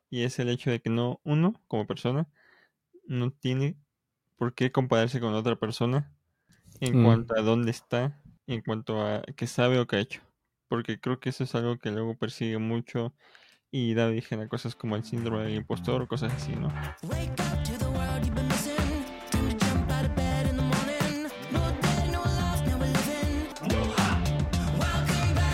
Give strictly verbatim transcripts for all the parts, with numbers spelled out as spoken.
y es el hecho de que no uno, como persona, no tiene por qué compararse con otra persona en Mm. cuanto a dónde está, en cuanto a qué sabe o qué ha hecho. Porque creo que eso es algo que luego persigue mucho y da origen a cosas como el síndrome del impostor o cosas así, ¿no? Wake up to the world you've been missing. Time to jump out of bed in the morning. No day, no life, now we're living. Welcome back.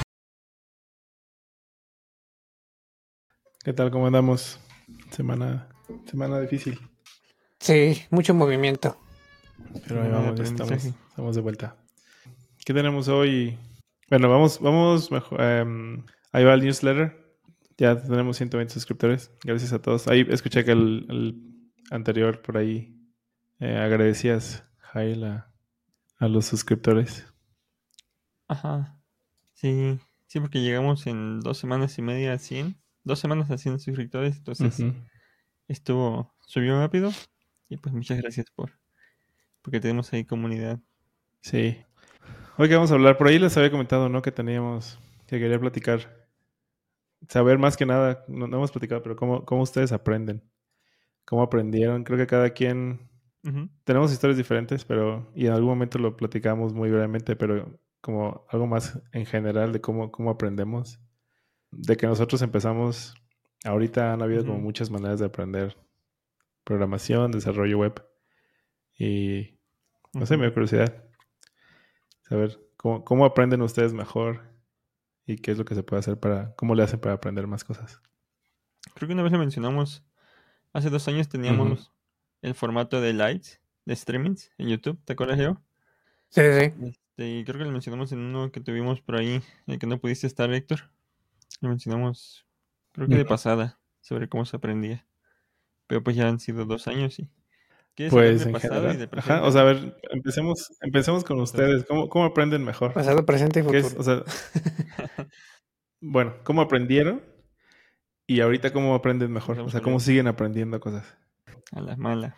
¿Qué tal? ¿Cómo andamos? Semana, semana difícil. Sí, mucho movimiento. Pero ahí Semana de vamos, ya estamos, aprendizaje. estamos de vuelta. ¿Qué tenemos hoy? Bueno, vamos, vamos mejor. em, ahí va el newsletter. Ya tenemos ciento veinte suscriptores. Gracias a todos. Ahí escuché que el, el anterior por ahí eh, agradecías, Jail, a, a los suscriptores. Ajá. Sí, sí, porque llegamos en dos semanas y media a cien. Dos semanas a cien suscriptores, entonces Ujú. estuvo, subió rápido. Y pues muchas gracias por, porque tenemos ahí comunidad. Sí. Hoy que vamos a hablar, por ahí les había comentado, ¿no? Que teníamos, que quería platicar. Saber más que nada, no, no hemos platicado, pero cómo, cómo ustedes aprenden. Cómo aprendieron. Creo que cada quien Ujú. tenemos historias diferentes, pero y en algún momento lo platicamos muy brevemente, pero como algo más en general de cómo, cómo aprendemos. De que nosotros empezamos, ahorita han habido como Ujú. muchas maneras de aprender programación, desarrollo web y no sé, me Ujú. da curiosidad saber cómo, cómo aprenden ustedes mejor y qué es lo que se puede hacer para, cómo le hacen para aprender más cosas. Creo que una vez lo mencionamos. Hace dos años Ujú. teníamos el formato de lights, de streamings en YouTube. ¿Te acuerdas, Leo? Sí, sí. Este, y creo que lo mencionamos en uno que tuvimos por ahí, en el que no pudiste estar, Héctor. Lo mencionamos, creo que de Ujú. pasada, sobre cómo se aprendía. Pero pues ya han sido dos años y... ¿Quieres hablar Pues del en pasado y general, del ajá, presente o o sea, a qué? ver, empecemos, empecemos con Entonces, ustedes. ¿Cómo, cómo aprenden mejor? Pasado, presente y ¿Qué es, futuro. o sea, bueno, cómo aprendieron y ahorita cómo aprenden mejor? O empezamos sea, con cómo Leo. siguen aprendiendo cosas. A la mala.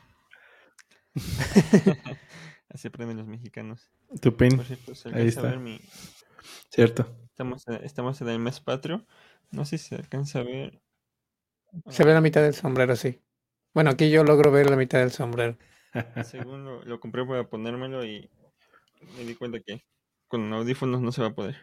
Así aprenden los mexicanos. Tu pin, Por cierto, se ahí alcanza a ver está, mi... cierto. Estamos, eh, estamos en el mes patrio. No sé si se alcanza a ver... Se ve la ah, mitad del sombrero, sí. Bueno, aquí yo logro ver la mitad del sombrero. según lo, lo compré para ponérmelo y me di cuenta que con audífonos no se va a poder.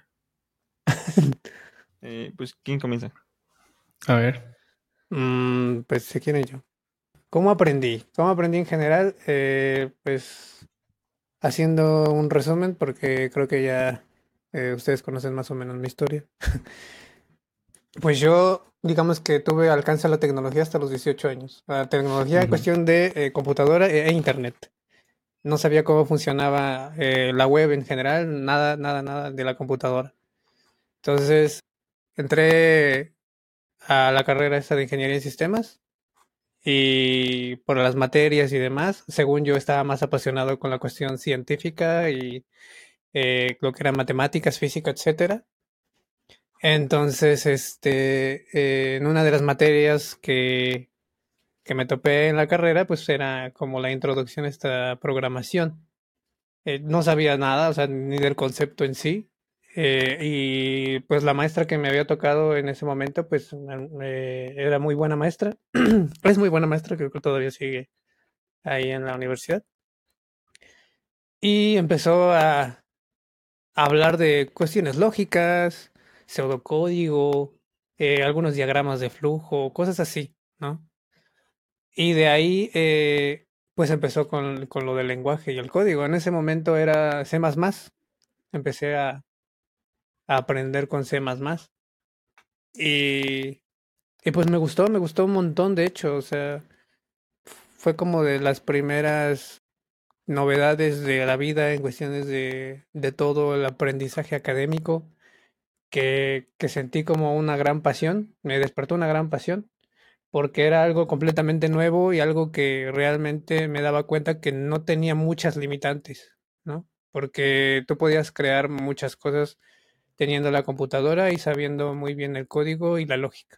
Eh, pues, ¿quién comienza? A ver. Mm, pues si quieren yo. ¿Cómo aprendí? ¿Cómo aprendí en general? Eh, pues haciendo un resumen, porque creo que ya eh, ustedes conocen más o menos mi historia. Pues yo, digamos que tuve alcance a la tecnología hasta los dieciocho años. La tecnología en Ujú. cuestión de eh, computadora e e internet. No sabía cómo funcionaba eh, la web en general, nada, nada, nada de la computadora. Entonces entré a la carrera esta de ingeniería en sistemas y por las materias y demás, según yo estaba más apasionado con la cuestión científica y eh, lo que era matemáticas, física, etcétera. Entonces, este, eh, en una de las materias que, que me topé en la carrera, pues era como la introducción a esta programación. Eh, no sabía nada, o sea, ni del concepto en sí. Eh, y pues la maestra que me había tocado en ese momento, pues eh, era muy buena maestra. Es muy buena maestra, creo que todavía sigue ahí en la universidad. Y empezó a hablar de cuestiones lógicas, pseudocódigo, eh, algunos diagramas de flujo, cosas así, ¿no? Y de ahí, eh, pues empezó con, con lo del lenguaje y el código. En ese momento era C++. Empecé a a aprender con C++. Y, y pues me gustó, me gustó un montón, de hecho, o sea, fue como de las primeras novedades de la vida en cuestiones de, de todo el aprendizaje académico que, que sentí como una gran pasión, me despertó una gran pasión, porque era algo completamente nuevo y algo que realmente me daba cuenta que no tenía muchas limitantes, ¿no? Porque tú podías crear muchas cosas teniendo la computadora y sabiendo muy bien el código y la lógica.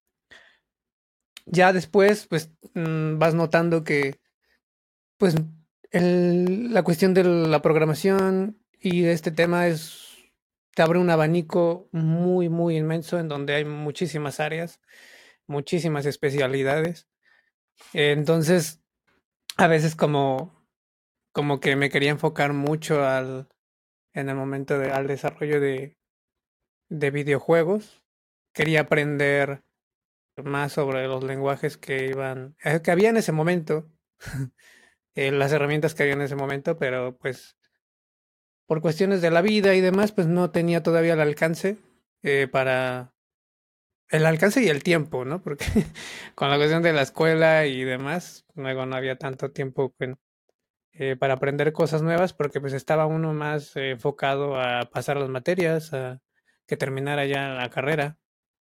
Ya después, pues mm, vas notando que, pues, el- la cuestión de la programación y de este tema es, te abre un abanico muy, muy inmenso en donde hay muchísimas áreas. muchísimas especialidades. Entonces, a veces como, como que me quería enfocar mucho al, en el momento de, al desarrollo de, de videojuegos. Quería aprender más sobre los lenguajes que iban, eh, que había en ese momento, eh, las herramientas que había en ese momento, pero pues por cuestiones de la vida y demás, pues no tenía todavía el alcance eh, para el alcance y el tiempo, ¿no? Porque con la cuestión de la escuela y demás, luego no había tanto tiempo pues, eh, para aprender cosas nuevas, porque pues estaba uno más eh, enfocado a pasar las materias, a que terminara ya la carrera.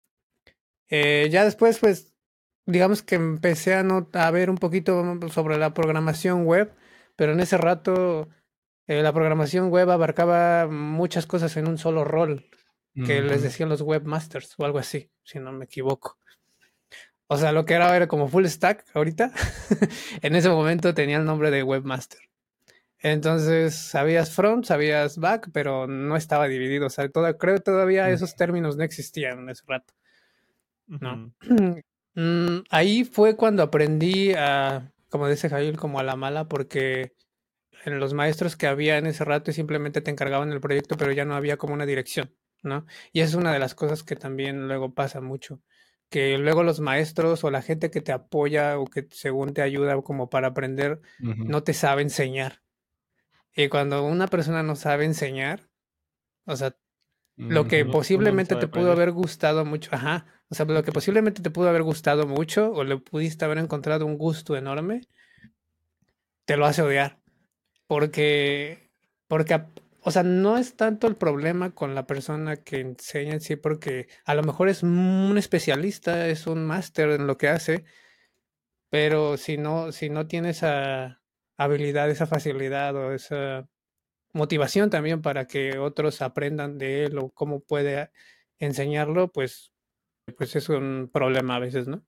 Eh, ya después, pues, digamos que empecé a, not- a ver un poquito sobre la programación web, pero en ese rato eh, la programación web abarcaba muchas cosas en un solo rol, que les Ujú. decían los webmasters o algo así, si no me equivoco. O sea, lo que era era como full stack ahorita, en ese momento tenía el nombre de webmaster. Entonces, sabías front, sabías back, pero no estaba dividido. O sea, toda, creo que todavía Mm. esos términos no existían en ese rato, ¿no? Ujú. Mm, ahí fue cuando aprendí a, como dice Javier, como a la mala, porque en los maestros que había en ese rato simplemente te encargaban el proyecto, pero ya no había como una dirección, ¿no? Y es una de las cosas que también luego pasa mucho, que luego los maestros o la gente que te apoya o que según te ayuda como para aprender, Ujú. no te sabe enseñar. Y cuando una persona no sabe enseñar, o sea, lo que Ujú. Uno, uno no posiblemente sabe te pudo aprender. haber gustado mucho, ajá, o sea, lo que posiblemente te pudo haber gustado mucho o le pudiste haber encontrado un gusto enorme, te lo hace odiar. Porque, porque, ap- o sea, no es tanto el problema con la persona que enseña en sí, porque a lo mejor es un especialista, es un máster en lo que hace, pero si no, si no tiene esa habilidad, esa facilidad o esa motivación también para que otros aprendan de él o cómo puede enseñarlo, pues, pues es un problema a veces, ¿no?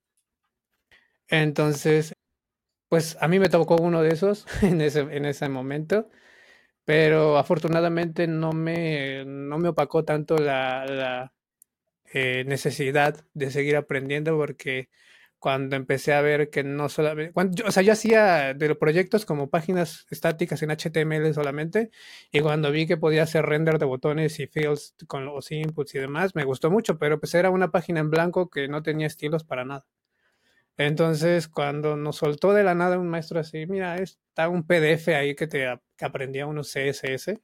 Entonces, pues a mí me tocó uno de esos en ese, en ese momento. Pero afortunadamente no me, no me opacó tanto la, la eh, necesidad de seguir aprendiendo porque cuando empecé a ver que no solamente, cuando yo- o sea, yo hacía de los proyectos como páginas estáticas en H T M L solamente y cuando vi que podía hacer render de botones y fields con los inputs y demás, me gustó mucho, pero pues era una página en blanco que no tenía estilos para nada. Entonces, cuando nos soltó de la nada un maestro así, mira, está un P D F ahí que te ap- que aprendía unos C S S,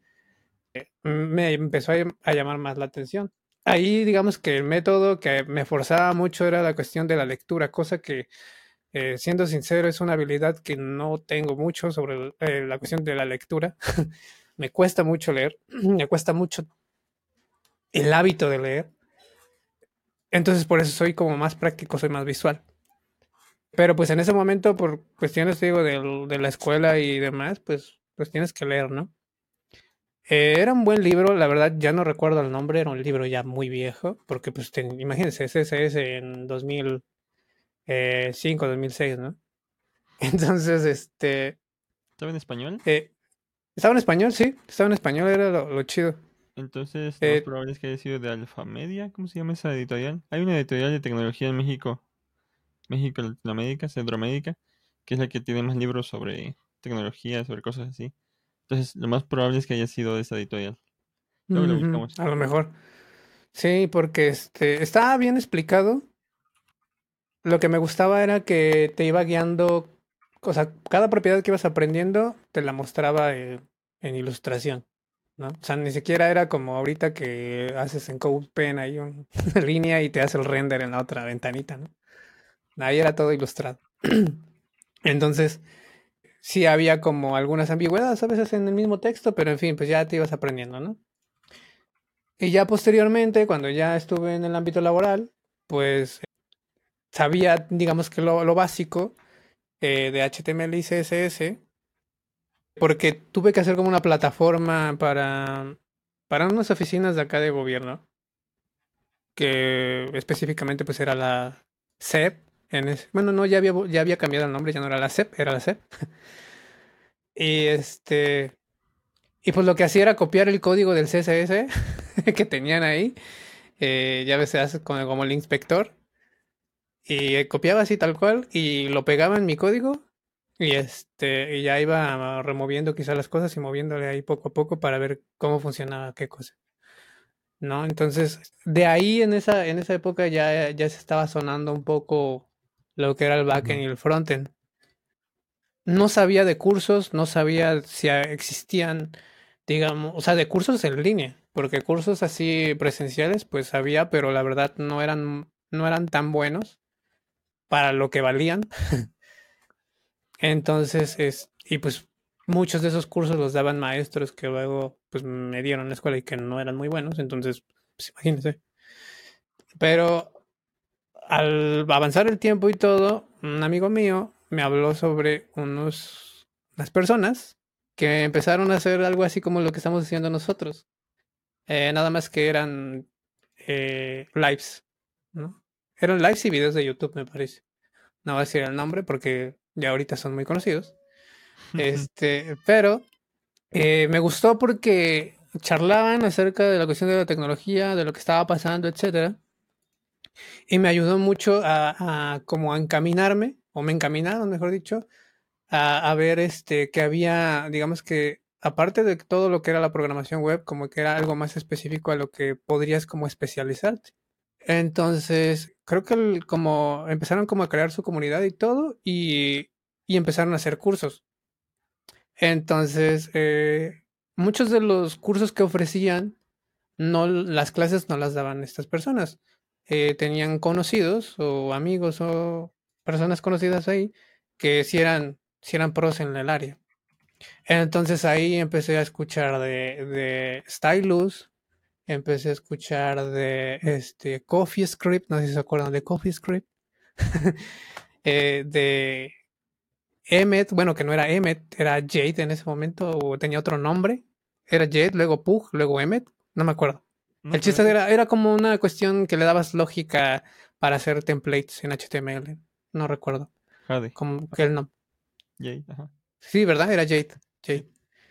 me empezó a, llam- a llamar más la atención. Ahí, digamos que el método que me forzaba mucho era la cuestión de la lectura, cosa que, eh, siendo sincero, es una habilidad que no tengo mucho sobre el- eh, la cuestión de la lectura. Me cuesta mucho leer, me cuesta mucho el hábito de leer. Entonces, por eso soy como más práctico, soy más visual. Pero pues en ese momento, por cuestiones, digo, del- de la escuela y demás, pues, pues tienes que leer, ¿no? Eh, era un buen libro, la verdad ya no recuerdo el nombre, era un libro ya muy viejo, porque pues ten- imagínense, C S S en dos mil cinco, dos mil seis, ¿no? Entonces, este, ¿Estaba en español? eh, estaba en español, sí, estaba en español, era lo, lo chido. Entonces, lo más Eh, probable es que haya sido de Alfa Media. ¿Cómo se llama esa editorial? Hay una editorial de tecnología en México, México, Latinoamérica, Centroamérica, que es la que tiene más libros sobre tecnología, sobre cosas así. Entonces, lo más probable es que haya sido de esa editorial. Luego lo ujú, buscamos. a lo mejor, sí, porque este, estaba bien explicado. Lo que me gustaba era que te iba guiando, o sea, cada propiedad que ibas aprendiendo te la mostraba eh, en ilustración, ¿no? O sea, ni siquiera era como ahorita que haces en CodePen ahí un- una línea y te hace el render en la otra ventanita, ¿no? Ahí era todo ilustrado. Entonces, sí había como algunas ambigüedades a veces en el mismo texto, pero en fin, pues ya te ibas aprendiendo, ¿no? Y ya posteriormente, cuando ya estuve en el ámbito laboral, pues sabía, digamos que lo, lo básico eh, de H T M L y C S S, porque tuve que hacer como una plataforma para, para unas oficinas de acá de gobierno, que específicamente pues era la C E P. En ese, bueno, no, ya había, ya había cambiado el nombre, ya no era la C E P, era la C E P. Y este, y pues lo que hacía era copiar el código del C S S que tenían ahí, eh, ya ves, se hace con, como el inspector, y eh, copiaba así tal cual y lo pegaba en mi código y este y ya iba removiendo quizás las cosas y moviéndole ahí poco a poco para ver cómo funcionaba qué cosa, ¿no? Entonces, de ahí en esa en esa época ya ya se estaba sonando un poco lo que era el backend y Ujú. el frontend. No sabía de cursos, no sabía si a- existían, digamos, o sea, de cursos en línea, porque cursos así presenciales, pues había, pero la verdad no eran, no eran tan buenos para lo que valían. Entonces, es, y pues muchos de esos cursos los daban maestros que luego, pues me dieron en la escuela y que no eran muy buenos, entonces, pues imagínense. Pero al avanzar el tiempo y todo, un amigo mío me habló sobre unos, unas personas que empezaron a hacer algo así como lo que estamos haciendo nosotros. Eh, nada más que eran eh, lives, ¿no? Eran lives y videos de YouTube, me parece. No voy a decir el nombre porque ya ahorita son muy conocidos. Este, pero eh, me gustó porque charlaban acerca de la cuestión de la tecnología, de lo que estaba pasando, etcétera. Y me ayudó mucho a, a como a encaminarme, o me encaminaron, mejor dicho, a, a ver este que había, digamos que aparte de todo lo que era la programación web, como que era algo más específico a lo que podrías como especializarte. Entonces, creo que el- como empezaron como a crear su comunidad y todo, y, y empezaron a hacer cursos. Entonces, eh, muchos de los cursos que ofrecían no, las clases no las daban estas personas. Eh, tenían conocidos o amigos o personas conocidas ahí que sí eran, sí eran pros en el área. Entonces ahí empecé a escuchar de, de Stylus, empecé a escuchar de este CoffeeScript, no sé si se acuerdan de CoffeeScript, eh, de Emmet, bueno, que no era Emmet, era Jade en ese momento, o tenía otro nombre. Era Jade, luego Pug, luego Emmet, no me acuerdo. No El sé, chiste era, era como una cuestión que le dabas lógica para hacer templates en H T M L. No recuerdo. Jade. Como que el no. Jade, ajá. Sí, ¿verdad? Era Jade. Jade. Sí.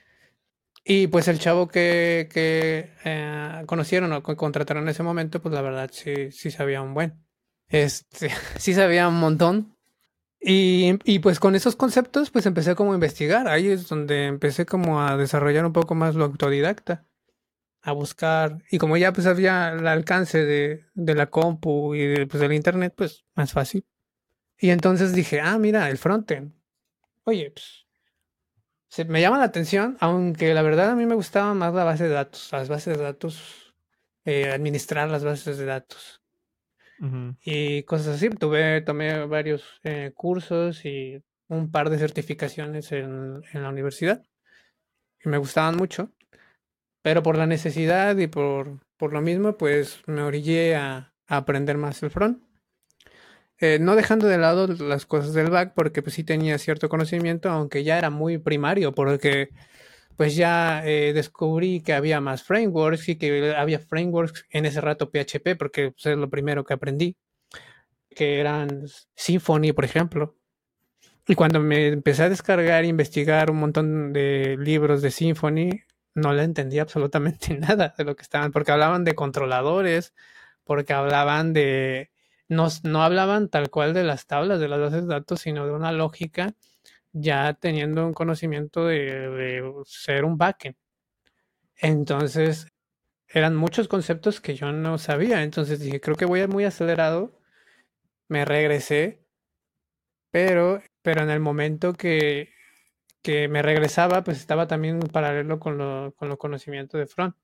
Y pues el chavo que, que eh, conocieron o que contrataron en ese momento, pues la verdad sí, sí sabía un buen. Este, sí sabía un montón. Y, y pues con esos conceptos, pues empecé como a investigar. Ahí es donde empecé como a desarrollar un poco más lo autodidacta, a buscar. Y como ya pues había el alcance de, de la compu y de, pues, del internet, pues más fácil. Y entonces dije, ah, mira, el frontend. Oye, pues se, me llama la atención, aunque la verdad a mí me gustaba más la base de datos, las bases de datos, eh, administrar las bases de datos Ujú. y cosas así. Tuve, tomé varios eh, cursos y un par de certificaciones en, en la universidad y me gustaban mucho, pero por la necesidad y por, por lo mismo, pues me orillé a, a aprender más el front. Eh, no dejando de lado las cosas del back, porque pues sí tenía cierto conocimiento, aunque ya era muy primario, porque pues ya eh, descubrí que había más frameworks y que había frameworks en ese rato P H P, porque pues, es lo primero que aprendí, que eran Symfony, por ejemplo. Y cuando me empecé a descargar e investigar un montón de libros de Symfony, no le entendía absolutamente nada de lo que estaban, porque hablaban de controladores, porque hablaban de, no, no hablaban tal cual de las tablas de las bases de datos, sino de una lógica ya teniendo un conocimiento de, de ser un backend. Entonces, eran muchos conceptos que yo no sabía. Entonces dije, creo que voy a muy acelerado. Me regresé, pero, pero en el momento que, que me regresaba, pues estaba también en paralelo con lo, con los conocimientos de front.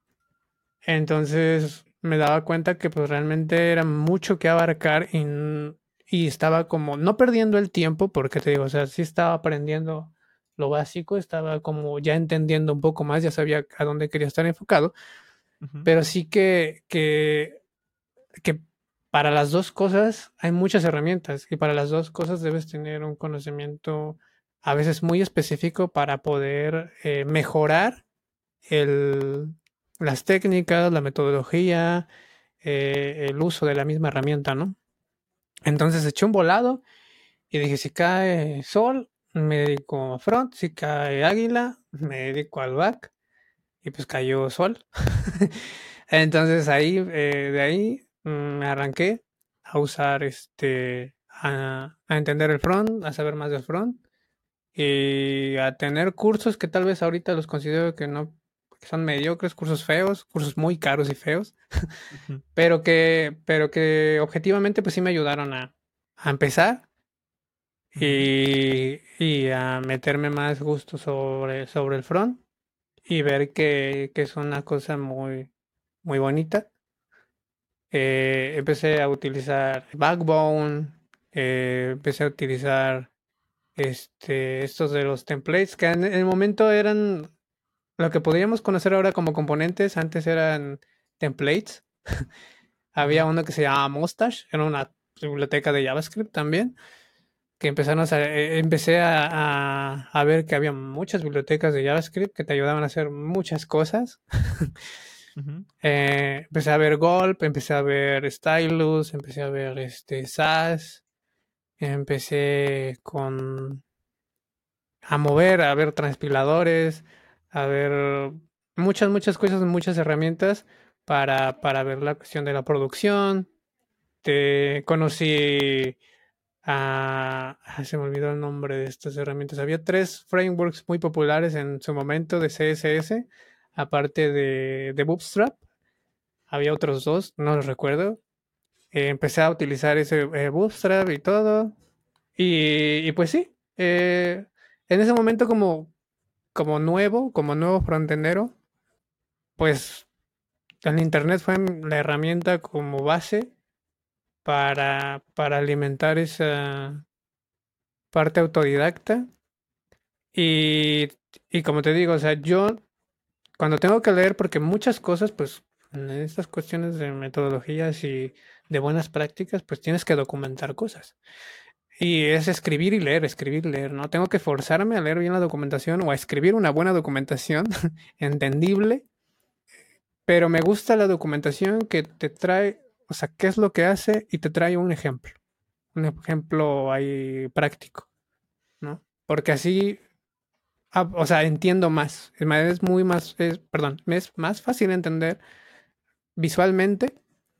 Entonces me daba cuenta que pues realmente era mucho que abarcar y, n- y estaba como no perdiendo el tiempo, porque te digo, o sea, sí estaba aprendiendo lo básico, estaba como ya entendiendo un poco más, ya sabía a dónde quería estar enfocado, Ujú. pero sí que, que, que para las dos cosas hay muchas herramientas y para las dos cosas debes tener un conocimiento a veces muy específico para poder eh, mejorar el, las técnicas, la metodología, eh, el uso de la misma herramienta, ¿no? Entonces eché un volado y dije, si cae sol, me dedico a front, si cae águila, me dedico al back, y pues cayó sol. Entonces ahí, eh, de ahí mm, me arranqué a usar este, a, a entender el front, a saber más del front y a tener cursos que tal vez ahorita los considero que no, que son mediocres, cursos feos, cursos muy caros y feos, Ujú, pero que, pero que objetivamente pues sí me ayudaron a, a empezar ujú, y, y a meterme más gusto sobre, sobre el front y ver que, que es una cosa muy, muy bonita. Eh, empecé a utilizar Backbone, eh, empecé a utilizar este, estos de los templates, que en el momento eran lo que podríamos conocer ahora como componentes, antes eran templates. Había ujú, uno que se llamaba Mustache, era una biblioteca de JavaScript también, que empezaron a, eh, empecé a, a, a ver que había muchas bibliotecas de JavaScript que te ayudaban a hacer muchas cosas. ujú, Eh, empecé a ver Gulp, empecé a ver Stylus, empecé a ver este Sass, empecé con a mover, a ver transpiladores, a ver muchas, muchas cosas, muchas herramientas para, para ver la cuestión de la producción. Te conocí a... ah, se me olvidó el nombre de estas herramientas. Había tres frameworks muy populares en su momento de C S S, aparte de, de Bootstrap. Había otros dos, no los recuerdo. Eh, empecé a utilizar ese eh, Bootstrap y todo. Y, y pues sí, eh, en ese momento como como nuevo, como nuevo frontendero, pues el internet fue la herramienta como base para, para alimentar esa parte autodidacta. Y, y como te digo, o sea, yo cuando tengo que leer, porque muchas cosas, pues en estas cuestiones de metodologías y de buenas prácticas, pues tienes que documentar cosas. Y es escribir y leer, escribir y leer, ¿no? Tengo que forzarme a leer bien la documentación o a escribir una buena documentación entendible. Pero me gusta la documentación que te trae, o sea, qué es lo que hace y te trae un ejemplo. Un ejemplo ahí práctico, ¿no? Porque así, ah, o sea, entiendo más. Es más- es muy más, es, perdón, me es más fácil entender visualmente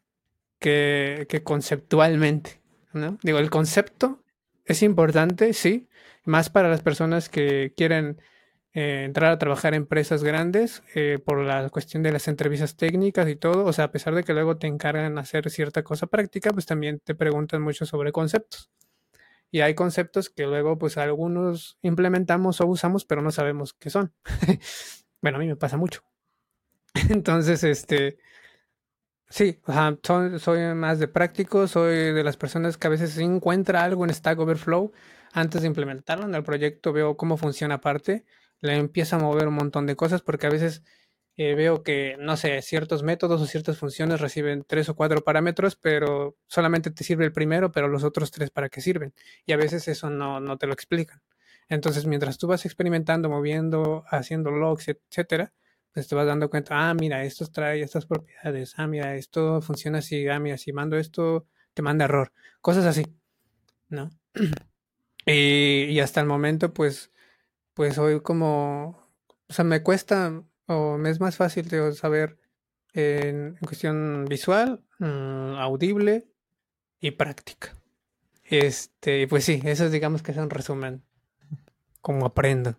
que, que conceptualmente, ¿no? Digo, el concepto es importante, sí, más para las personas que quieren eh, entrar a trabajar en empresas grandes eh, por la cuestión de las entrevistas técnicas y todo. O sea, a pesar de que luego te encargan hacer cierta cosa práctica, pues también te preguntan mucho sobre conceptos. Y hay conceptos que luego, pues algunos implementamos o usamos, pero no sabemos qué son. Bueno, a mí me pasa mucho. Entonces, este, sí, o sea, soy, soy más de práctico, soy de las personas que a veces si encuentra algo en Stack Overflow antes de implementarlo en el proyecto, veo cómo funciona aparte, le empiezo a mover un montón de cosas porque a veces eh, veo que, no sé, ciertos métodos o ciertas funciones reciben tres o cuatro parámetros, pero solamente te sirve el primero, pero los otros tres para qué sirven. Y a veces eso no, no te lo explican. Entonces, mientras tú vas experimentando, moviendo, haciendo logs, etcétera, pues te vas dando cuenta, ah, mira, esto trae estas propiedades, ah, mira, esto funciona así, ah, mira, si mando esto, te manda error, cosas así, ¿no? Y, y hasta el momento, pues, pues hoy como, o sea, me cuesta o me es más fácil de saber en, en cuestión visual, mm, audible y práctica. Este, pues sí, eso es digamos que es un resumen, cómo aprendo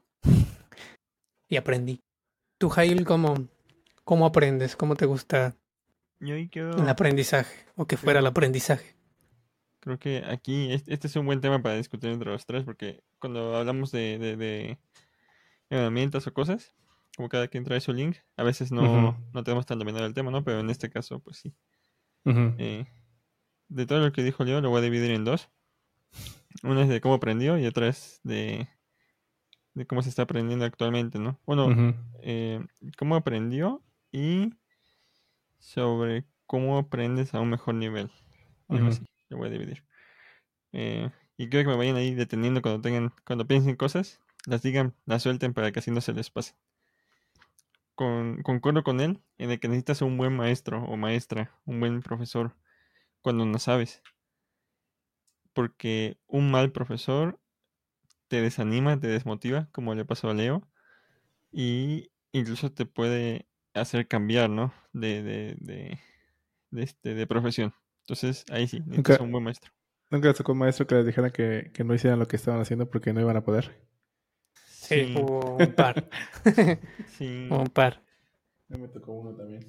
y aprendí. Tú, Jail, ¿cómo, cómo aprendes? ¿Cómo te gusta Y hoy el quedo, aprendizaje o que fuera el creo, aprendizaje? creo que aquí es- este es un buen tema para discutir entre los tres, porque cuando hablamos de, de, de herramientas o cosas, como cada quien trae su link, a veces Ujú, no, no tenemos tan dominado el tema, ¿no? Pero en este caso, pues sí. ujú, Eh, de todo lo que dijo Leo, lo voy a dividir en dos. Una es de cómo aprendió y otra es de, de cómo se está aprendiendo actualmente, ¿no? Bueno, ujú, eh, cómo aprendió y sobre cómo aprendes a un mejor nivel. Algo ujú, así, lo voy a dividir. Eh, y quiero que me vayan ahí deteniendo cuando tengan, cuando piensen cosas, las digan, las suelten para que así no se les pase. Con, concuerdo con él en el que necesitas un buen maestro o maestra, un buen profesor cuando no sabes. Porque un mal profesor te desanima, te desmotiva, como le pasó a Leo, y incluso te puede hacer cambiar, ¿no? De, de, de, de, este, de profesión. Entonces, ahí sí, Nunca, necesitas un buen maestro. nunca les tocó un maestro que les dijera que, que no hicieran lo que estaban haciendo porque no iban a poder. Sí, Sí, hubo un par. sí. Un par. A mí me tocó uno también.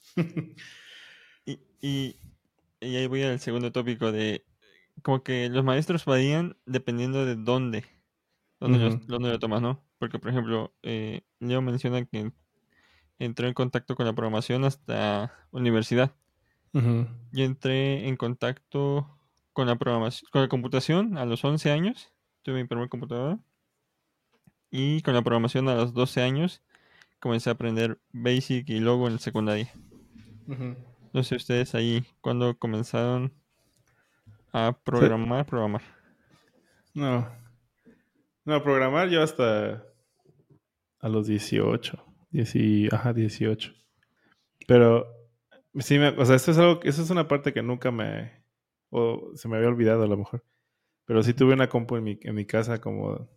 Y, y, y ahí voy al segundo tópico de como que los maestros varían dependiendo de dónde, dónde, los, Ujú, dónde lo tomas, ¿no? Porque, por ejemplo, eh, Leo menciona que entró en contacto con la programación hasta universidad. ujú, Yo entré en contacto con la programación, con la computación a los once años. Tuve mi primer computadora. Y con la programación a los doce años comencé a aprender Basic y Logo en el secundaria. ujú. No sé ustedes ahí cuando comenzaron a Sí. programar, programar. No, no, programar yo hasta a los dieciocho. Dieci- ajá, dieciocho. Pero sí, me, o sea, esto es algo, eso es una parte que nunca me, o se me había olvidado a lo mejor. Pero sí tuve una compu en mi, en mi casa como,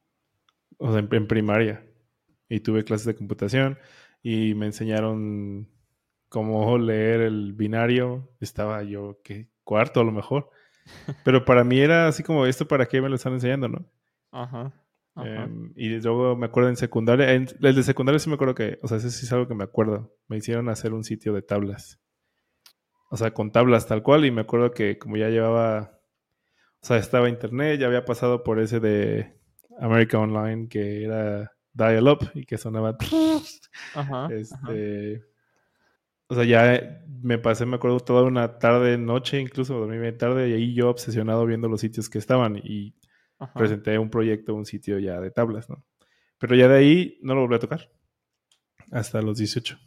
o sea, en, en primaria. Y tuve clases de computación y me enseñaron cómo leer el binario. Estaba yo, ¿qué? Cuarto a lo mejor. Pero para mí era así como, ¿esto para qué me lo están enseñando, no? Ajá, ajá, Em, y luego me acuerdo en secundaria, en, el de secundaria sí me acuerdo que, o sea, ese sí es algo que me acuerdo. Me hicieron hacer un sitio de tablas. O sea, con tablas tal cual. Y me acuerdo que como ya llevaba, o sea, estaba internet, ya había pasado por ese de America Online que era dial-up y que sonaba. ajá, ajá, Este, o sea, ya me pasé, me acuerdo, toda una tarde, noche, incluso dormí bien tarde, y ahí yo obsesionado viendo los sitios que estaban y ajá. presenté un proyecto, un sitio ya de tablas, ¿no? Pero ya de ahí no lo volví a tocar hasta los dieciocho.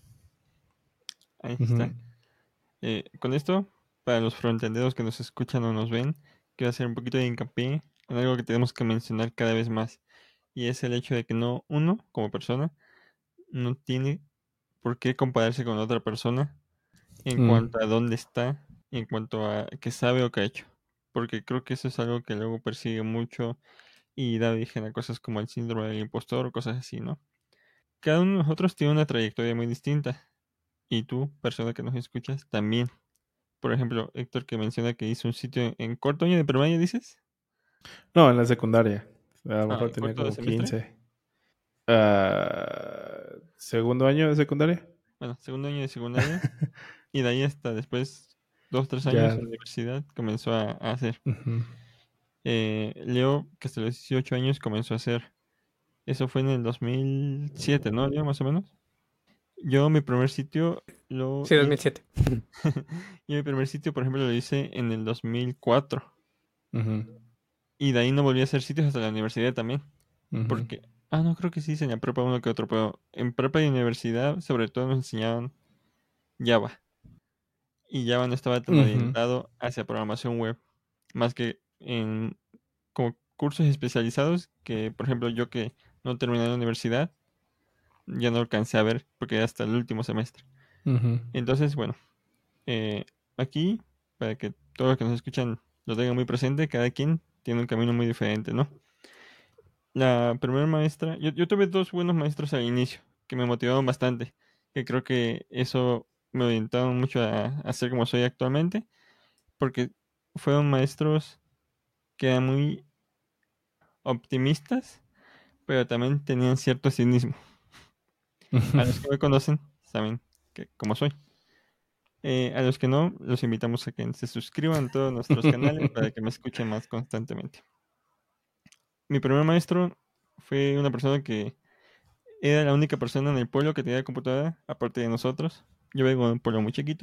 Ahí Ujú. está. Eh, con esto, para los frontenderos que nos escuchan o nos ven, quiero hacer un poquito de hincapié en algo que tenemos que mencionar cada vez más. Y es el hecho de que no, uno, como persona, no tiene por qué compararse con otra persona en Mm. cuanto a dónde está, en cuanto a qué sabe o qué ha hecho. Porque creo que eso es algo que luego persigue mucho y da origen a cosas como el síndrome del impostor o cosas así, ¿no? Cada uno de nosotros tiene una trayectoria muy distinta. Y tú, persona que nos escuchas, también. Por ejemplo, Héctor que menciona que hizo un sitio en cuarto año de primaria, ¿dices? No, en la secundaria. A lo Ah, mejor en tenía cuarto de como semestre. quince. Ah, ¿segundo año de secundaria? Bueno, segundo año de secundaria. Y de ahí hasta después, dos, tres años Ya. en la universidad, comenzó a, a hacer. Ujú. Eh, Leo, que hasta los dieciocho años comenzó a hacer. Eso fue en el dos mil siete, ¿no, Leo? Más o menos. Yo mi primer sitio lo Sí, hice. dos mil siete. Yo mi primer sitio, por ejemplo, lo hice en el dos mil cuatro. Ujú. Y de ahí no volví a hacer sitios hasta la universidad también. Ujú. Porque, ah, no, creo que sí hice en la prepa uno que otro, pero en prepa y universidad, sobre todo nos enseñaban Java. Y Java no estaba tan Ujú. orientado hacia programación web, más que en como cursos especializados que, por ejemplo, yo que no terminé la universidad, ya no alcancé a ver porque era hasta el último semestre. Ujú. Entonces, bueno, eh, aquí, para que todos los que nos escuchan lo tengan muy presente, cada quien tiene un camino muy diferente, ¿no? La primera maestra, yo, yo tuve dos buenos maestros al inicio que me motivaron bastante, que creo que eso me orientaron mucho a, a ser como soy actualmente, porque fueron maestros que eran muy optimistas, pero también tenían cierto cinismo. A los que me conocen saben que como soy. Eh, a los que no, los invitamos a que se suscriban a todos nuestros canales para que me escuchen más constantemente. Mi primer maestro fue una persona que era la única persona en el pueblo que tenía computadora, aparte de nosotros. Yo vengo de un pueblo muy chiquito.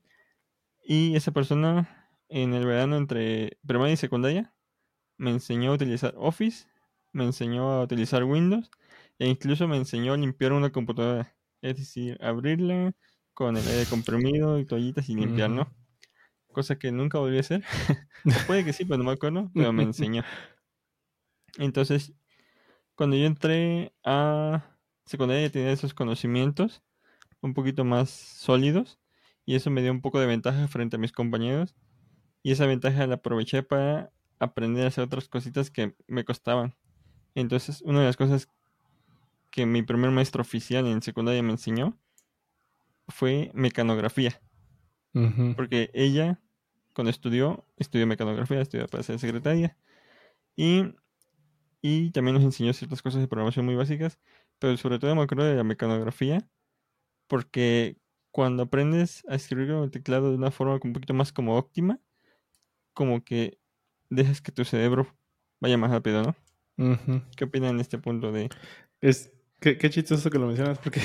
Y esa persona, en el verano entre primaria y secundaria, me enseñó a utilizar Office, me enseñó a utilizar Windows e incluso me enseñó a limpiar una computadora. Es decir, abrirla con el aire comprimido y toallitas y limpiar, Ujú. ¿no? Cosa que nunca volví a hacer. O puede que sí, pero no me acuerdo, pero me enseñó. Entonces, cuando yo entré a secundaria ya tenía esos conocimientos un poquito más sólidos y eso me dio un poco de ventaja frente a mis compañeros y esa ventaja la aproveché para aprender a hacer otras cositas que me costaban. Entonces, una de las cosas que mi primer maestro oficial en secundaria me enseñó fue mecanografía, Ujú. porque ella cuando estudió, estudió mecanografía, estudió para ser secretaria. Y, y también nos enseñó ciertas cosas de programación muy básicas. Pero sobre todo me acuerdo de la mecanografía. Porque cuando aprendes a escribir con el teclado de una forma un poquito más como óptima, como que dejas que tu cerebro vaya más rápido, ¿no? Ujú. ¿Qué opinan en este punto de...? Es, qué, qué chistoso que lo mencionas porque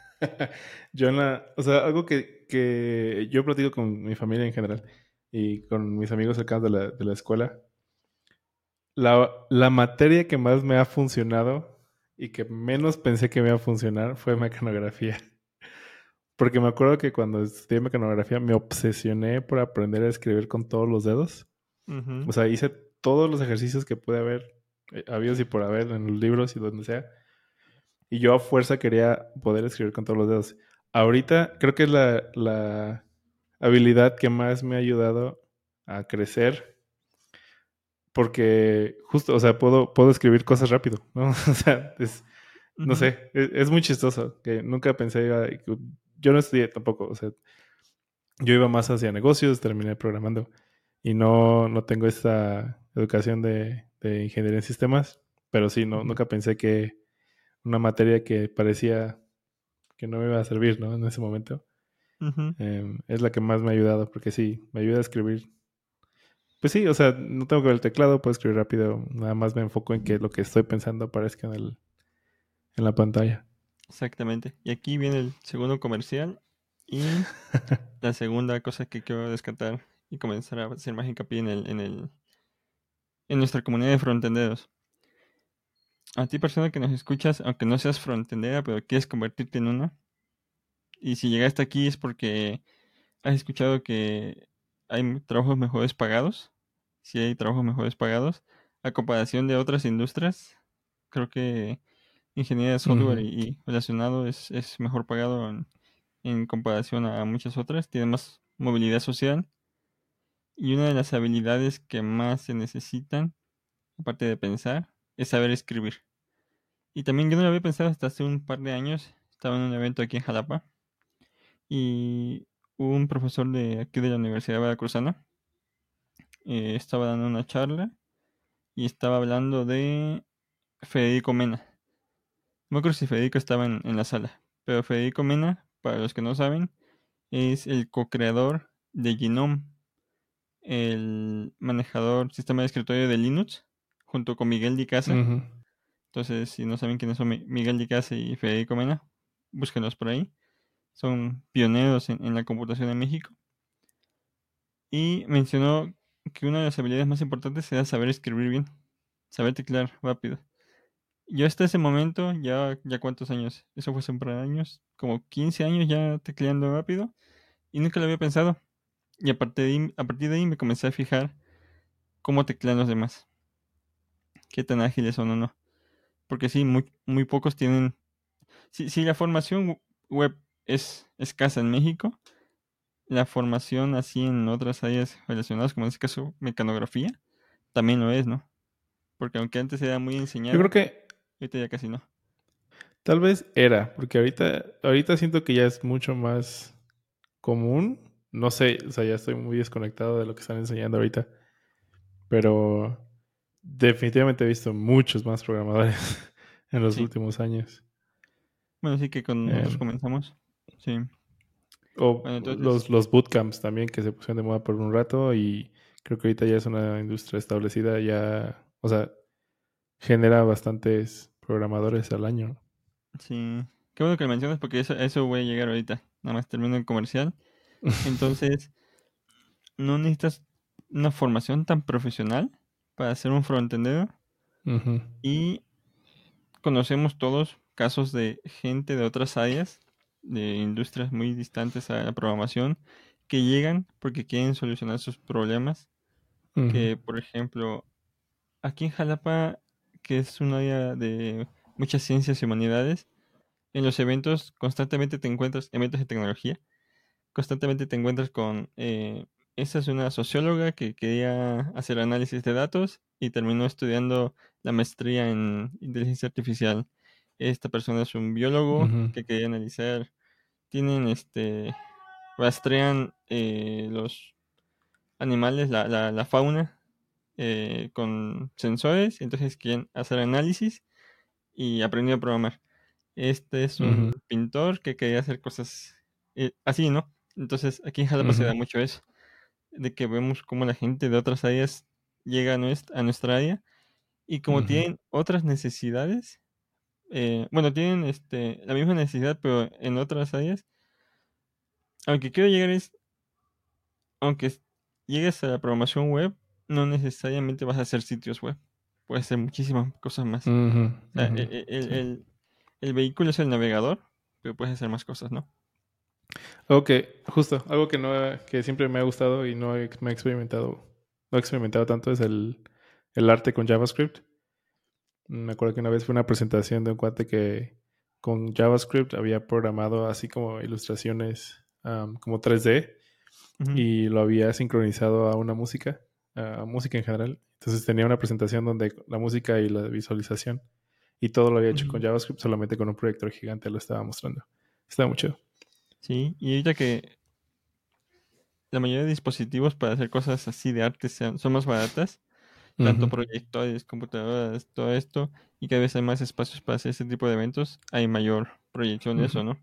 yo en la, o sea, algo que, que yo platico con mi familia en general y con mis amigos cercanos de la, de la escuela, la, la materia que más me ha funcionado y que menos pensé que me iba a funcionar fue mecanografía. Porque me acuerdo que cuando estudié mecanografía me obsesioné por aprender a escribir con todos los dedos. Ujú, O sea, hice todos los ejercicios que pude haber, eh, habidos y por haber en los libros y donde sea. Y yo a fuerza quería poder escribir con todos los dedos. Ahorita creo que es la, la habilidad que más me ha ayudado a crecer. Porque justo, o sea, puedo, puedo escribir cosas rápido, ¿no? O sea, es, no ujú, sé, es, es muy chistoso. Que nunca pensé, iba- yo no estudié tampoco, o sea, yo iba más hacia negocios, terminé programando y no, no tengo esta educación de, de ingeniería en sistemas, pero sí, no, ujú, nunca pensé que una materia que parecía que no me iba a servir, ¿no? En ese momento, ujú. eh, es la que más me ha ayudado, porque sí, me ayuda a escribir. Pues sí, o sea, no tengo que ver el teclado, puedo escribir rápido, nada más me enfoco en que lo que estoy pensando aparezca en el, en la pantalla. Exactamente. Y aquí viene el segundo comercial y la segunda cosa que quiero descartar y comenzar a hacer más hincapié en el, en el, en nuestra comunidad de frontenderos. A ti, persona que nos escuchas, aunque no seas frontendera, pero quieres convertirte en una, y si llegaste aquí es porque has escuchado que hay m- trabajos mejores pagados. Si hay trabajos mejores pagados, a comparación de otras industrias, creo que ingeniería de software Ujú, y, y relacionado es, es mejor pagado en, en comparación a muchas otras. Tiene más movilidad social y una de las habilidades que más se necesitan, aparte de pensar, es saber escribir. Y también yo no lo había pensado hasta hace un par de años. Estaba en un evento aquí en Jalapa y un profesor de aquí de la Universidad Veracruzana eh, estaba dando una charla y estaba hablando de Federico Mena. No me acuerdo si Federico estaba en, en la sala, pero Federico Mena, para los que no saben, es el co-creador de Gnome, el manejador sistema de escritorio de Linux, junto con Miguel Di Casa. ujú. Entonces, si no saben quiénes son Mi- Miguel Di Casa y Federico Mena, búsquenlos por ahí. Son pioneros en, en la computación en México. Y mencionó que una de las habilidades más importantes era saber escribir bien, saber teclear rápido. Yo hasta ese momento, ya, ya cuántos años, eso fue hace un par de años, como quince años ya tecleando rápido, y nunca lo había pensado. Y a partir de ahí, a partir de ahí me comencé a fijar cómo teclean los demás, qué tan ágiles son o no. Porque sí, muy, muy pocos tienen... Si, si la formación web es escasa en México, la formación así en otras áreas relacionadas, como en este caso mecanografía, también lo es, ¿no? Porque aunque antes era muy Yo creo enseñada, que ahorita ya casi no. tal vez era, porque ahorita, ahorita siento que ya es mucho más común. No sé, o sea, ya estoy muy desconectado de lo que están enseñando ahorita, pero definitivamente he visto muchos más programadores en los Sí. últimos años. Bueno, sí que con nosotros Eh, comenzamos. Sí. o Bueno, entonces, los, los bootcamps también que se pusieron de moda por un rato y creo que ahorita ya es una industria establecida, ya, o sea, genera bastantes programadores al año. sí. Qué bueno que lo mencionas porque eso, a eso voy a llegar ahorita. Nada más termino el comercial. Entonces, no necesitas una formación tan profesional para ser un frontendero. Ujú, Y conocemos todos casos de gente de otras áreas, de industrias muy distantes a la programación, que llegan porque quieren solucionar sus problemas. ujú, Que, por ejemplo, aquí en Jalapa, que es un área de muchas ciencias y humanidades, en los eventos constantemente te encuentras, eventos de tecnología, constantemente te encuentras con, eh, esa es una socióloga que quería hacer análisis de datos y terminó estudiando la maestría en inteligencia artificial. Esta persona es un biólogo ujú. que quería analizar, tienen este, rastrean eh, los animales, la, la, la fauna, eh, con sensores, entonces quieren hacer análisis y aprendió a programar. Este es un Ujú, pintor que quería hacer cosas eh, así, ¿no? Entonces aquí en Jalapa se ujú, da mucho eso, de que vemos cómo la gente de otras áreas llega a nuestra, a nuestra área y como ujú, tienen otras necesidades, eh, bueno, tienen este, la misma necesidad, pero en otras áreas, aunque quiero llegar es, aunque es- llegues a la programación web, no necesariamente vas a hacer sitios web, puedes hacer muchísimas cosas más. ujú, O sea, ujú. e- e- el, Sí. el- el vehículo es el navegador, pero puedes hacer más cosas, ¿no? Algo que, justo, algo que no he- que siempre me ha gustado y no he, me he experimentado, no he experimentado tanto es el, el arte con JavaScript. Me acuerdo que una vez fue una presentación de un cuate que con JavaScript había programado así como ilustraciones am, como tres D Ujú, y lo había sincronizado a una música, a música en general. Entonces tenía una presentación donde la música y la visualización y todo lo había hecho con ujú. JavaScript, solamente con un proyector gigante lo estaba mostrando. Estaba mucho. Sí, y ahorita que la mayoría de dispositivos para hacer cosas así de arte sean- son más baratas, tanto proyectores, computadoras, todo esto, y cada vez hay más espacios para hacer ese tipo de eventos, hay mayor proyección de eso, ¿no?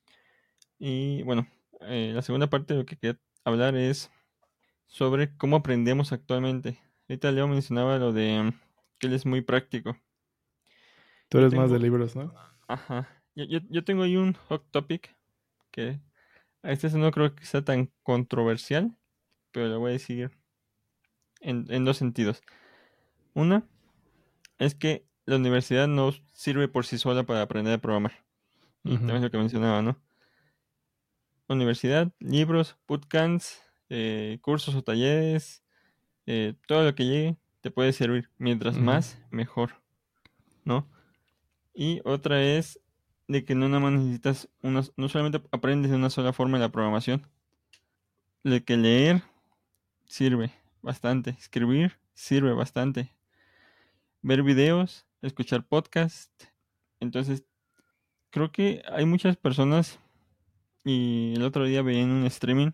Y bueno, eh, la segunda parte de lo que quería hablar es sobre cómo aprendemos actualmente. Ahorita Leo mencionaba lo de mm, que él es muy práctico. Tú Yo eres más de tengo, libros, ¿no? ajá, yo, yo, yo tengo ahí un hot topic que a este no creo que sea tan controversial, pero lo voy a decir en, en dos sentidos. Una es que la universidad no sirve por sí sola para aprender a programar. Y Ujú, también es lo que mencionaba, ¿no? Universidad, libros, bootcamps, eh, cursos o talleres, eh, todo lo que llegue te puede servir. Mientras ujú, más, mejor, ¿no? Y otra es de que no nada más necesitas una, no solamente aprendes de una sola forma la programación, de que leer sirve bastante, escribir sirve bastante, ver videos, escuchar podcast. Entonces, creo que hay muchas personas y el otro día veía en un streaming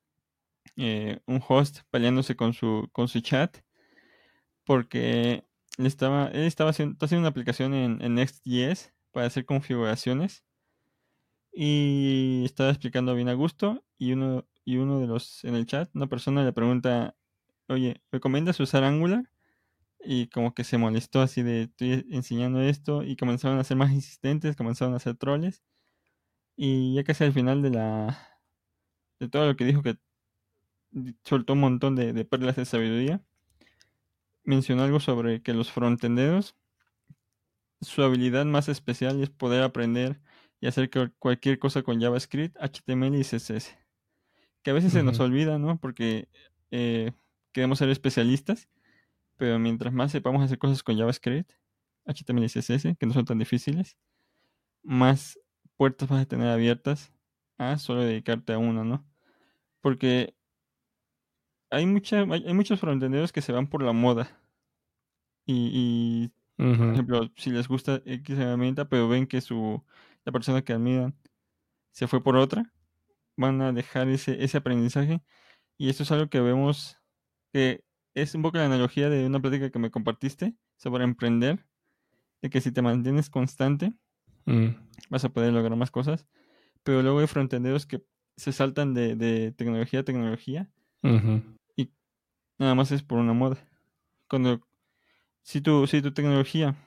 eh, un host peleándose con su con su chat porque le estaba él estaba haciendo, está haciendo una aplicación en, en Next.js para hacer configuraciones y estaba explicando bien a gusto y uno y uno de los en el chat una persona le pregunta, oye, ¿recomiendas usar Angular? Y como que se molestó así de estoy enseñando esto y comenzaron a ser más insistentes, comenzaron a hacer troles y ya casi al final de la de todo lo que dijo que di- soltó un montón de, de perlas de sabiduría, mencionó algo sobre que los frontenderos, su habilidad más especial es poder aprender y hacer cual- cualquier cosa con JavaScript, H T M L y C S S, que a veces se nos ujú, olvida, ¿no? Porque eh, queremos ser especialistas, pero mientras más sepamos hacer cosas con JavaScript, H T M L y C S S, que no son tan difíciles, más puertas vas a tener abiertas a solo dedicarte a una, ¿no? Porque hay, mucha, hay, hay muchos frontenderos que se van por la moda y, y, por ujú, ejemplo, si les gusta X herramienta, pero ven que su, la persona que admiran se fue por otra, van a dejar ese, ese aprendizaje. Y esto es algo que vemos que es un poco la analogía de una plática que me compartiste sobre emprender, de que si te mantienes constante, ujú, vas a poder lograr más cosas. Pero luego hay frontenderos que se saltan de, de tecnología a tecnología ujú, y nada más es por una moda. Cuando, si tu, si tu tecnología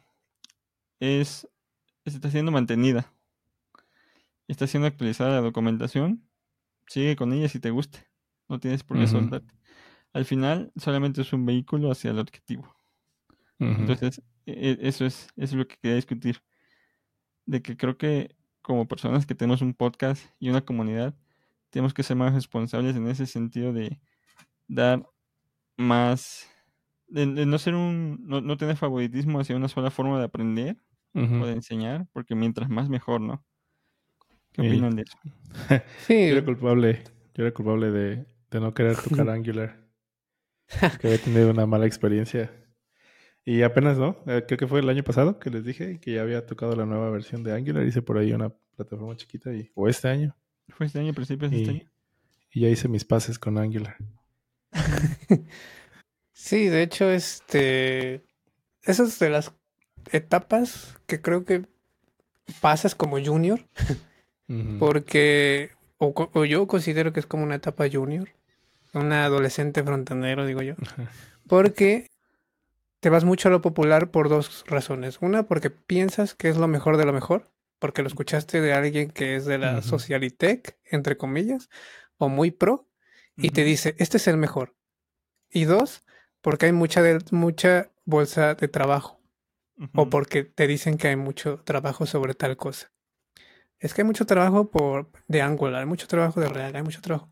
es, está siendo mantenida, está siendo actualizada la documentación, sigue con ella si te gusta. No tienes por qué ujú, soltarte. Al final, solamente es un vehículo hacia el objetivo. ujú, Entonces, e- e- eso es, eso es lo que quería discutir. De que creo que como personas que tenemos un podcast y una comunidad, tenemos que ser más responsables en ese sentido de dar más, de, de no ser un, no, no tener favoritismo hacia una sola forma de aprender ujú. o de enseñar, porque mientras más mejor, ¿no? ¿Qué Y opinan de eso? yo era Sí, culpable, yo era culpable de, de no querer tocar Angular, porque había tenido una mala experiencia. Y apenas, ¿no? Eh, creo que fue el año pasado que les dije que ya había tocado la nueva versión de Angular. Hice por ahí una plataforma chiquita y, o este año. ¿Fue este año, principios de este año? Y, y ya hice mis pases con Angular. Sí, de hecho, este, esas de las etapas que creo que pasas como junior, Ujú. porque, o, co- o yo considero que es como una etapa junior, un adolescente frontanero, digo yo, porque te vas mucho a lo popular por dos razones. Una, porque piensas que es lo mejor de lo mejor, porque lo escuchaste de alguien que es de la Ujú. socialitech, entre comillas, o muy pro, y te Ujú. dice, este es el mejor. Y dos, porque hay mucha, de, mucha bolsa de trabajo, o Ujú. porque te dicen que hay mucho trabajo sobre tal cosa. Es que hay mucho trabajo por de Angular, hay mucho trabajo de React, hay mucho trabajo.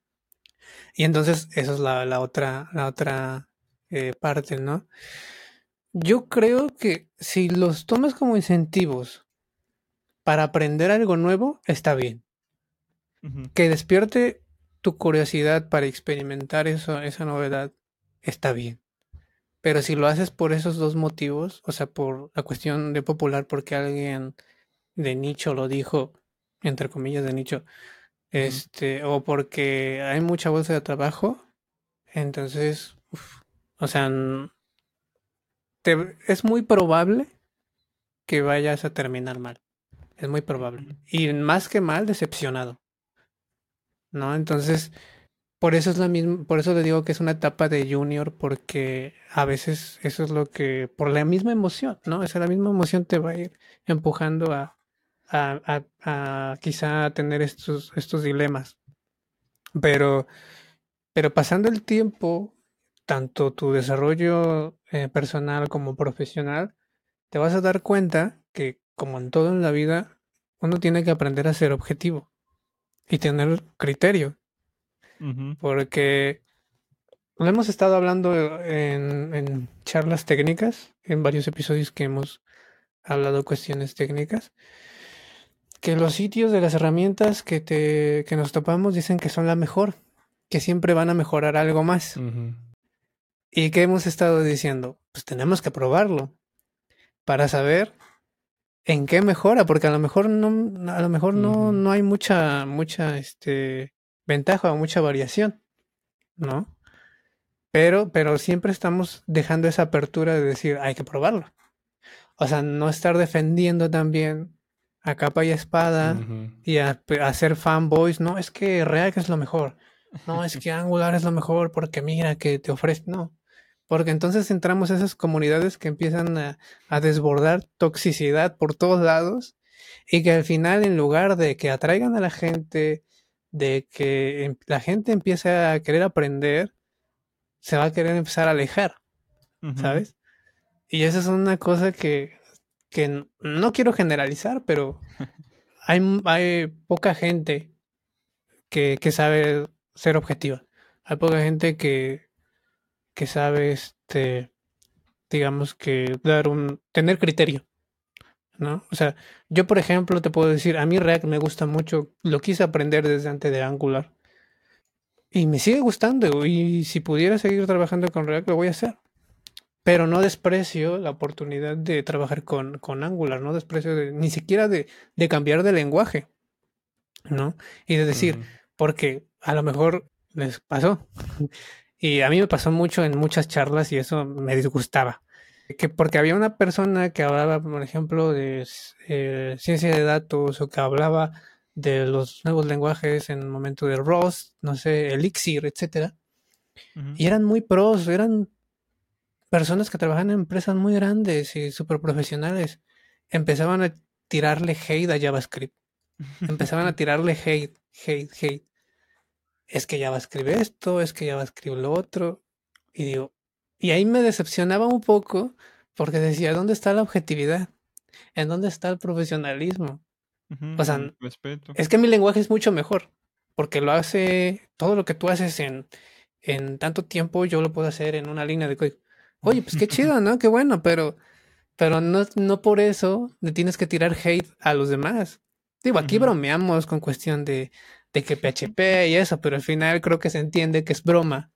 Y entonces, esa es la, la otra, la otra eh, parte, ¿no? Yo creo que si los tomas como incentivos para aprender algo nuevo, está bien. Ujú. Que despierte tu curiosidad para experimentar eso, esa novedad, está bien. Pero si lo haces por esos dos motivos, o sea, por la cuestión de popular, porque alguien de nicho lo dijo, entre comillas de nicho, Ujú. este, o porque hay mucha bolsa de trabajo, entonces, uf, o sea, n- te- es muy probable que vayas a terminar mal. Es muy probable. Ujú. Y más que mal, decepcionado, ¿no? Entonces, por eso es la misma, por eso le digo que es una etapa de junior, porque a veces eso es lo que, por la misma emoción, ¿no? O sea, la misma emoción te va a ir empujando a, a, a, a quizá tener estos, estos dilemas. Pero, pero pasando el tiempo, tanto tu desarrollo eh, personal como profesional, te vas a dar cuenta que, como en todo en la vida, uno tiene que aprender a ser objetivo y tener criterio, Ujú. porque lo hemos estado hablando en, en charlas técnicas, en varios episodios que hemos hablado de cuestiones técnicas, que los sitios de las herramientas que, te, que nos topamos dicen que son la mejor, que siempre van a mejorar algo más. Ujú. ¿Y qué hemos estado diciendo? Pues tenemos que probarlo para saber en qué mejora, porque a lo mejor no, a lo mejor no, Ujú. no hay mucha, mucha este, ventaja o mucha variación, ¿no? Pero, pero siempre estamos dejando esa apertura de decir, hay que probarlo. O sea, no estar defendiendo también a capa y espada Ujú. y a, a hacer fanboys. No, es que React es lo mejor. No, es que Angular es lo mejor porque mira que te ofrece. No. Porque entonces entramos a esas comunidades que empiezan a, a desbordar toxicidad por todos lados y que al final, en lugar de que atraigan a la gente, de que em- la gente empiece a querer aprender, se va a querer empezar a alejar, Ujú. ¿sabes? Y esa es una cosa que, que n- no quiero generalizar, pero hay, m- hay poca gente que, que sabe ser objetiva. Hay poca gente que, que sabe, este, digamos que dar un, tener criterio, ¿no? O sea, yo por ejemplo te puedo decir, a mí React me gusta mucho, lo quise aprender desde antes de Angular y me sigue gustando y si pudiera seguir trabajando con React lo voy a hacer. Pero no desprecio la oportunidad de trabajar con, con Angular, no desprecio de- ni siquiera de, de cambiar de lenguaje, ¿no? Y de decir, Ujú. porque a lo mejor les pasó. Y a mí me pasó mucho en muchas charlas y eso me disgustaba. Que porque había una persona que hablaba, por ejemplo, de eh, ciencia de datos o que hablaba de los nuevos lenguajes en el momento de Rust, no sé, Elixir, etcétera. Ujú. Y eran muy pros, eran personas que trabajan en empresas muy grandes y súper profesionales empezaban a tirarle hate a JavaScript. Empezaban a tirarle hate, hate, hate. Es que JavaScript esto, es que JavaScript lo otro. Y digo, y ahí me decepcionaba un poco porque decía, ¿dónde está la objetividad? ¿En dónde está el profesionalismo? Ujú. O sea, El respeto. es que mi lenguaje es mucho mejor porque lo hace, todo lo que tú haces en, en tanto tiempo, yo lo puedo hacer en una línea de código. Oye, pues qué chido, ¿no? Qué bueno, pero Pero no, no por eso le tienes que tirar hate a los demás. Digo, aquí Ujú. bromeamos con cuestión de, de que P H P y eso, pero al final creo que se entiende que es broma.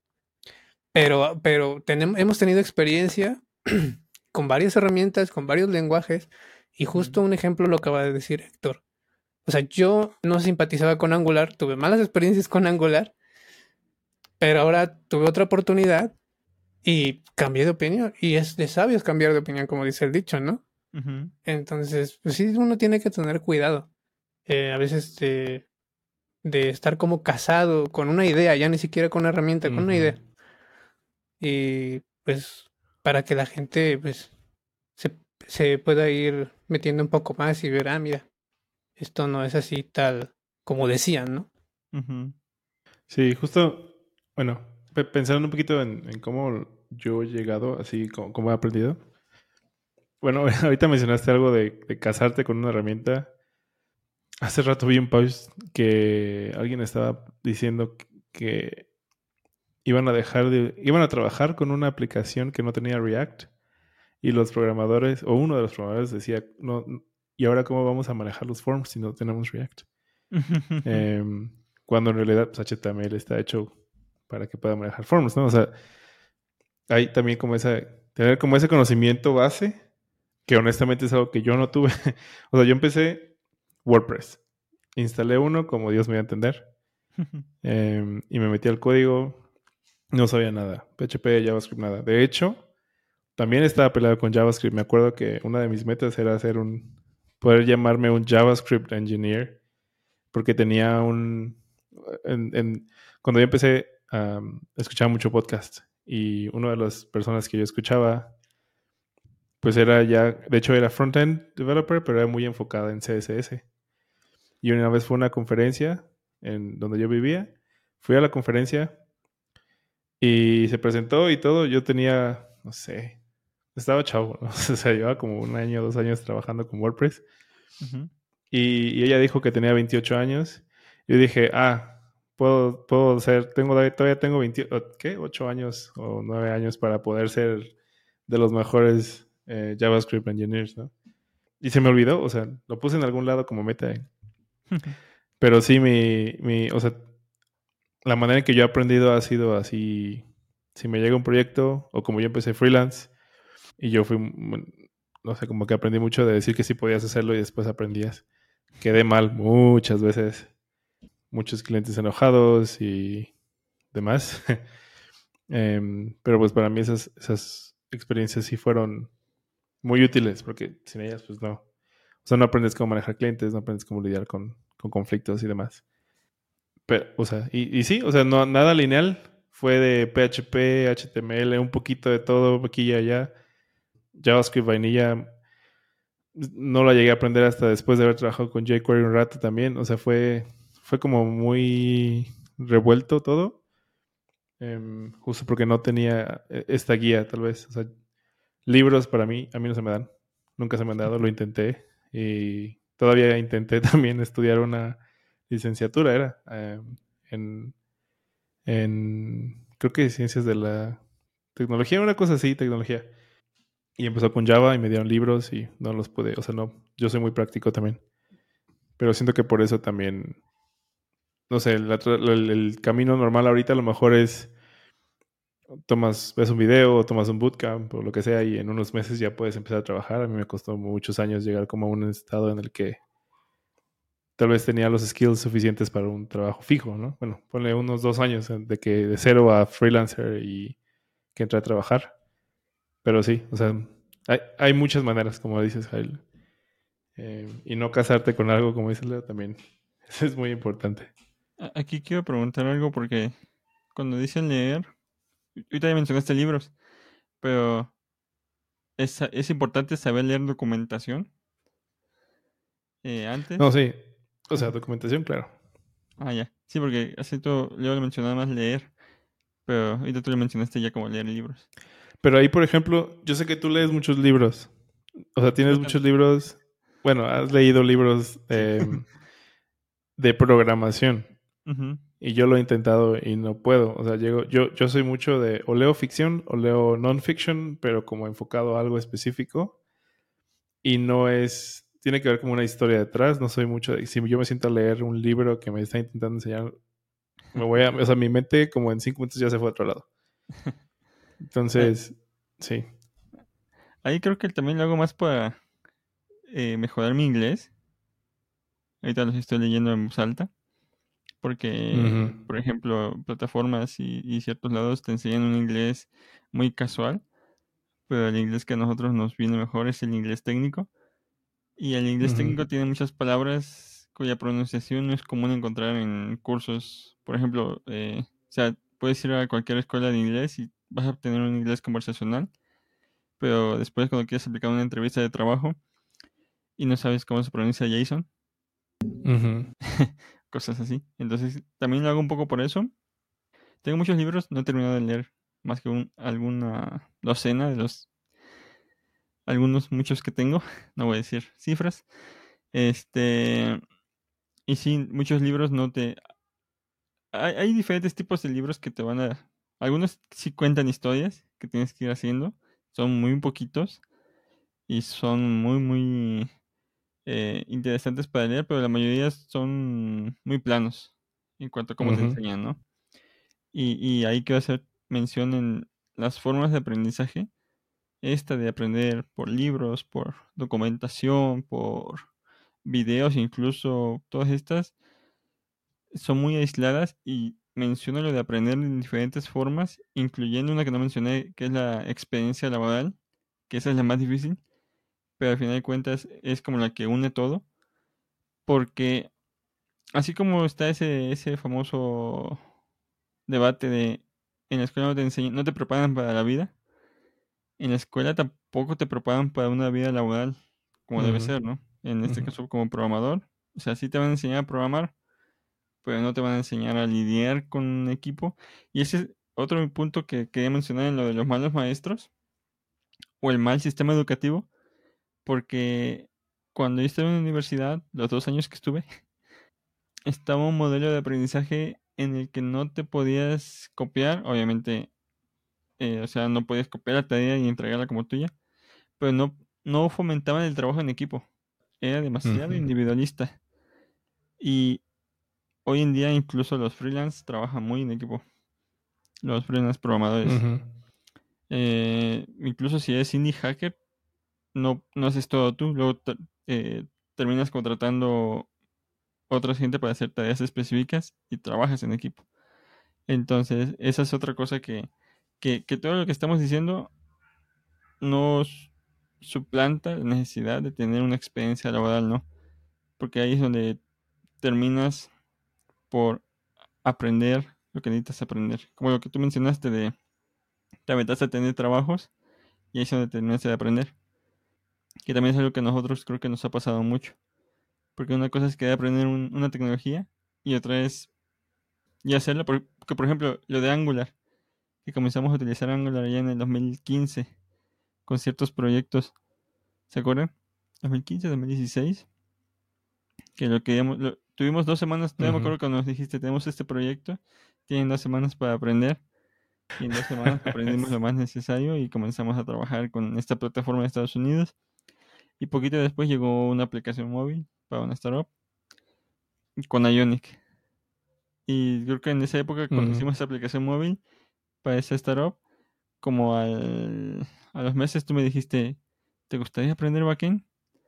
Pero, pero tenemos, hemos tenido experiencia con varias herramientas, con varios lenguajes, y justo Ujú. un ejemplo lo acaba de decir Héctor. O sea, yo no simpatizaba con Angular, tuve malas experiencias con Angular, Pero ahora tuve otra oportunidad y cambié de opinión. Y es de sabios cambiar de opinión, como dice el dicho, ¿no? Ujú. Entonces, pues sí, uno tiene que tener cuidado. Eh, a veces de, de estar como casado con una idea, ya ni siquiera con una herramienta, con una idea. Ujú. Y pues para que la gente pues se, se pueda ir metiendo un poco más y ver, ah, mira, esto no es así tal como decían, ¿no? Ujú. Sí, justo, bueno, pe- pensando un poquito en, en cómo yo he llegado, así como, cómo he aprendido. Bueno, ahorita mencionaste algo de, de casarte con una herramienta. Hace rato vi un post que alguien estaba diciendo que iban a dejar de, iban a trabajar con una aplicación que no tenía React y los programadores, o uno de los programadores decía, no, n- ¿y ahora cómo vamos a manejar los forms si no tenemos React? Em, Cuando en realidad pues, H T M L está hecho para que pueda manejar forms, ¿no? O sea, hay también como esa, tener como ese conocimiento base, que honestamente es algo que yo no tuve. O sea, yo empecé WordPress, instalé uno como Dios me iba a entender, em, y me metí al código, no sabía nada, P H P, JavaScript, nada. De hecho, también estaba peleado con JavaScript. Me acuerdo que una de mis metas era hacer un, poder llamarme un JavaScript engineer, porque tenía un, en, en- cuando yo empecé, um, escuchaba mucho podcast y una de las personas que yo escuchaba, pues era ya, de hecho era front-end developer, pero era muy enfocada en C S S. Y una vez fue a una conferencia en donde yo vivía, fui a la conferencia y se presentó y todo. Yo tenía, no sé, estaba chavo, ¿no? O sea, llevaba como un año, dos años trabajando con WordPress. Ujú. Y, y ella dijo que tenía veintiocho años. Yo dije, ah, puedo, puedo ser, tengo, todavía tengo veinte, ¿qué? ocho años o nueve años para poder ser de los mejores eh, JavaScript engineers, ¿no? Y se me olvidó, o sea, lo puse en algún lado como meta. ¿eh? Pero sí, mi, mi, o sea, la manera en que yo he aprendido ha sido así, si me llega un proyecto o como yo empecé freelance y yo fui, mm, no sé, como que aprendí mucho de decir que sí podías hacerlo y después aprendías. Quedé mal muchas veces, muchos clientes enojados y demás. Em, pero pues para mí esas, esas experiencias sí fueron muy útiles porque sin ellas pues no. O sea, no aprendes cómo manejar clientes, no aprendes cómo lidiar con, con conflictos y demás. Pero, o sea, y, y sí, o sea, no, nada lineal. Fue de P H P, H T M L, un poquito de todo, aquí y allá. JavaScript vainilla no la llegué a aprender hasta después de haber trabajado con jQuery un rato también. O sea, fue, fue como muy revuelto todo. em, justo porque no tenía eh, esta guía, tal vez. O sea, libros para mí, a mí no se me dan. Nunca se me han dado, lo intenté. Y todavía intenté también estudiar una licenciatura, era, em, en, en, creo que ciencias de la tecnología, una cosa así, tecnología. Y empezó con Java y me dieron libros y no los pude, o sea, no, yo soy muy práctico también. Pero siento que por eso también, no sé, el, el- el camino normal ahorita a lo mejor es tomas, ves un video o tomas un bootcamp o lo que sea y en unos meses ya puedes empezar a trabajar. A mí me costó muchos años llegar como a un estado en el que tal vez tenía los skills suficientes para un trabajo fijo, ¿no? Bueno, ponle unos dos años eh, de que de cero a freelancer y que entré a trabajar. Pero sí, o sea, hay, hay muchas maneras, como dices, Jail. Eh, y no casarte con algo, como dices Leo, también. Eso es muy importante. A- Aquí quiero preguntar algo porque cuando dicen leer, ahorita ya mencionaste libros, pero es, es importante saber leer documentación eh, No, antes. sí. O sea, Ajá. documentación, claro. Ah, ya. Sí, porque hace todo, Leo le mencionaba más leer, pero ahorita tú le mencionaste ya como leer libros. Pero ahí, por ejemplo, yo sé que tú lees muchos libros. O sea, tienes No muchos tanto. libros. Bueno, has leído libros Sí. eh, de programación. Ujú. Y yo lo he intentado y no puedo. O sea, llego, yo, yo soy mucho de o leo ficción o leo non-fiction, pero como enfocado a algo específico. Y no es. Tiene que ver como una historia detrás. No soy mucho de. Si yo me siento a leer un libro que me está intentando enseñar, me voy a. O sea, mi mente, como en cinco minutos, ya se fue a otro lado. Eh, Entonces, sí. Ahí creo que también lo hago más para eh, mejorar mi inglés. Ahorita los estoy leyendo en voz alta. Porque, Ujú. por ejemplo, plataformas y, y ciertos lados te enseñan un inglés muy casual, pero el inglés que a nosotros nos viene mejor es el inglés técnico. Y el inglés técnico Ujú. tiene muchas palabras cuya pronunciación no es común encontrar en cursos. Por ejemplo, eh, o sea, puedes ir a cualquier escuela de inglés y vas a obtener un inglés conversacional, pero después cuando quieres aplicar una entrevista de trabajo y no sabes cómo se pronuncia Jason, Ujú. cosas así. Entonces, también lo hago un poco por eso. Tengo muchos libros, no he terminado de leer más que un, alguna docena de los algunos muchos que tengo, no voy a decir cifras. Este, y sí, muchos libros no te hay, hay diferentes tipos de libros que te van a algunos sí cuentan historias que tienes que ir haciendo, son muy poquitos y son muy muy eh, interesantes para leer, pero la mayoría son muy planos en cuanto a cómo te Ujú. enseñan, ¿no? Y, y ahí quiero hacer mención en las formas de aprendizaje. Esta de aprender por libros, por documentación, por videos, incluso todas estas son muy aisladas y menciono lo de aprender en diferentes formas, incluyendo una que no mencioné, que es la experiencia laboral, que esa es la más difícil, pero al final de cuentas es como la que une todo, porque así como está ese, ese famoso debate de en la escuela no te enseñan, no te preparan para la vida, en la escuela tampoco te preparan para una vida laboral como debe Ujú. ser, ¿no? En este Ujú. caso como programador, o sea, sí te van a enseñar a programar, pero no te van a enseñar a lidiar con un equipo. Y ese es otro punto que quería mencionar en lo de los malos maestros o el mal sistema educativo, porque cuando yo estaba en la universidad, los dos años que estuve, estaba un modelo de aprendizaje en el que no te podías copiar, obviamente, eh, o sea, no podías copiar la tarea y entregarla como tuya, pero no, no fomentaban el trabajo en equipo. Era demasiado Ujú. individualista. Y hoy en día incluso los freelance trabajan muy en equipo. Los freelance programadores. Ujú. Eh, incluso si eres indie hacker, no, no haces todo tú. Luego te- eh, terminas contratando otra gente para hacer tareas específicas y trabajas en equipo. Entonces, esa es otra cosa que, que, que todo lo que estamos diciendo nos suplanta la necesidad de tener una experiencia laboral, ¿no? Porque ahí es donde terminas por aprender lo que necesitas aprender. Como lo que tú mencionaste de te aventaste a tener trabajos y ahí es donde terminaste de aprender. Que también es algo que a nosotros creo que nos ha pasado mucho. Porque una cosa es querer aprender un- una tecnología y otra es ya hacerla. por- Porque, por ejemplo, lo de Angular, que comenzamos a utilizar Angular ya en el dos mil quince con ciertos proyectos. ¿Se acuerdan? dos mil quince, dos mil dieciséis. Que lo queríamos, lo- tuvimos dos semanas, todavía me Ujú. acuerdo cuando nos dijiste, tenemos este proyecto, tienen dos semanas para aprender. Y en dos semanas aprendimos lo más necesario y comenzamos a trabajar con esta plataforma de Estados Unidos. Y poquito después llegó una aplicación móvil para una startup con Ionic. Y creo que en esa época, cuando Ujú. hicimos esa aplicación móvil para esa startup, como al, a los meses tú me dijiste, ¿te gustaría aprender backend?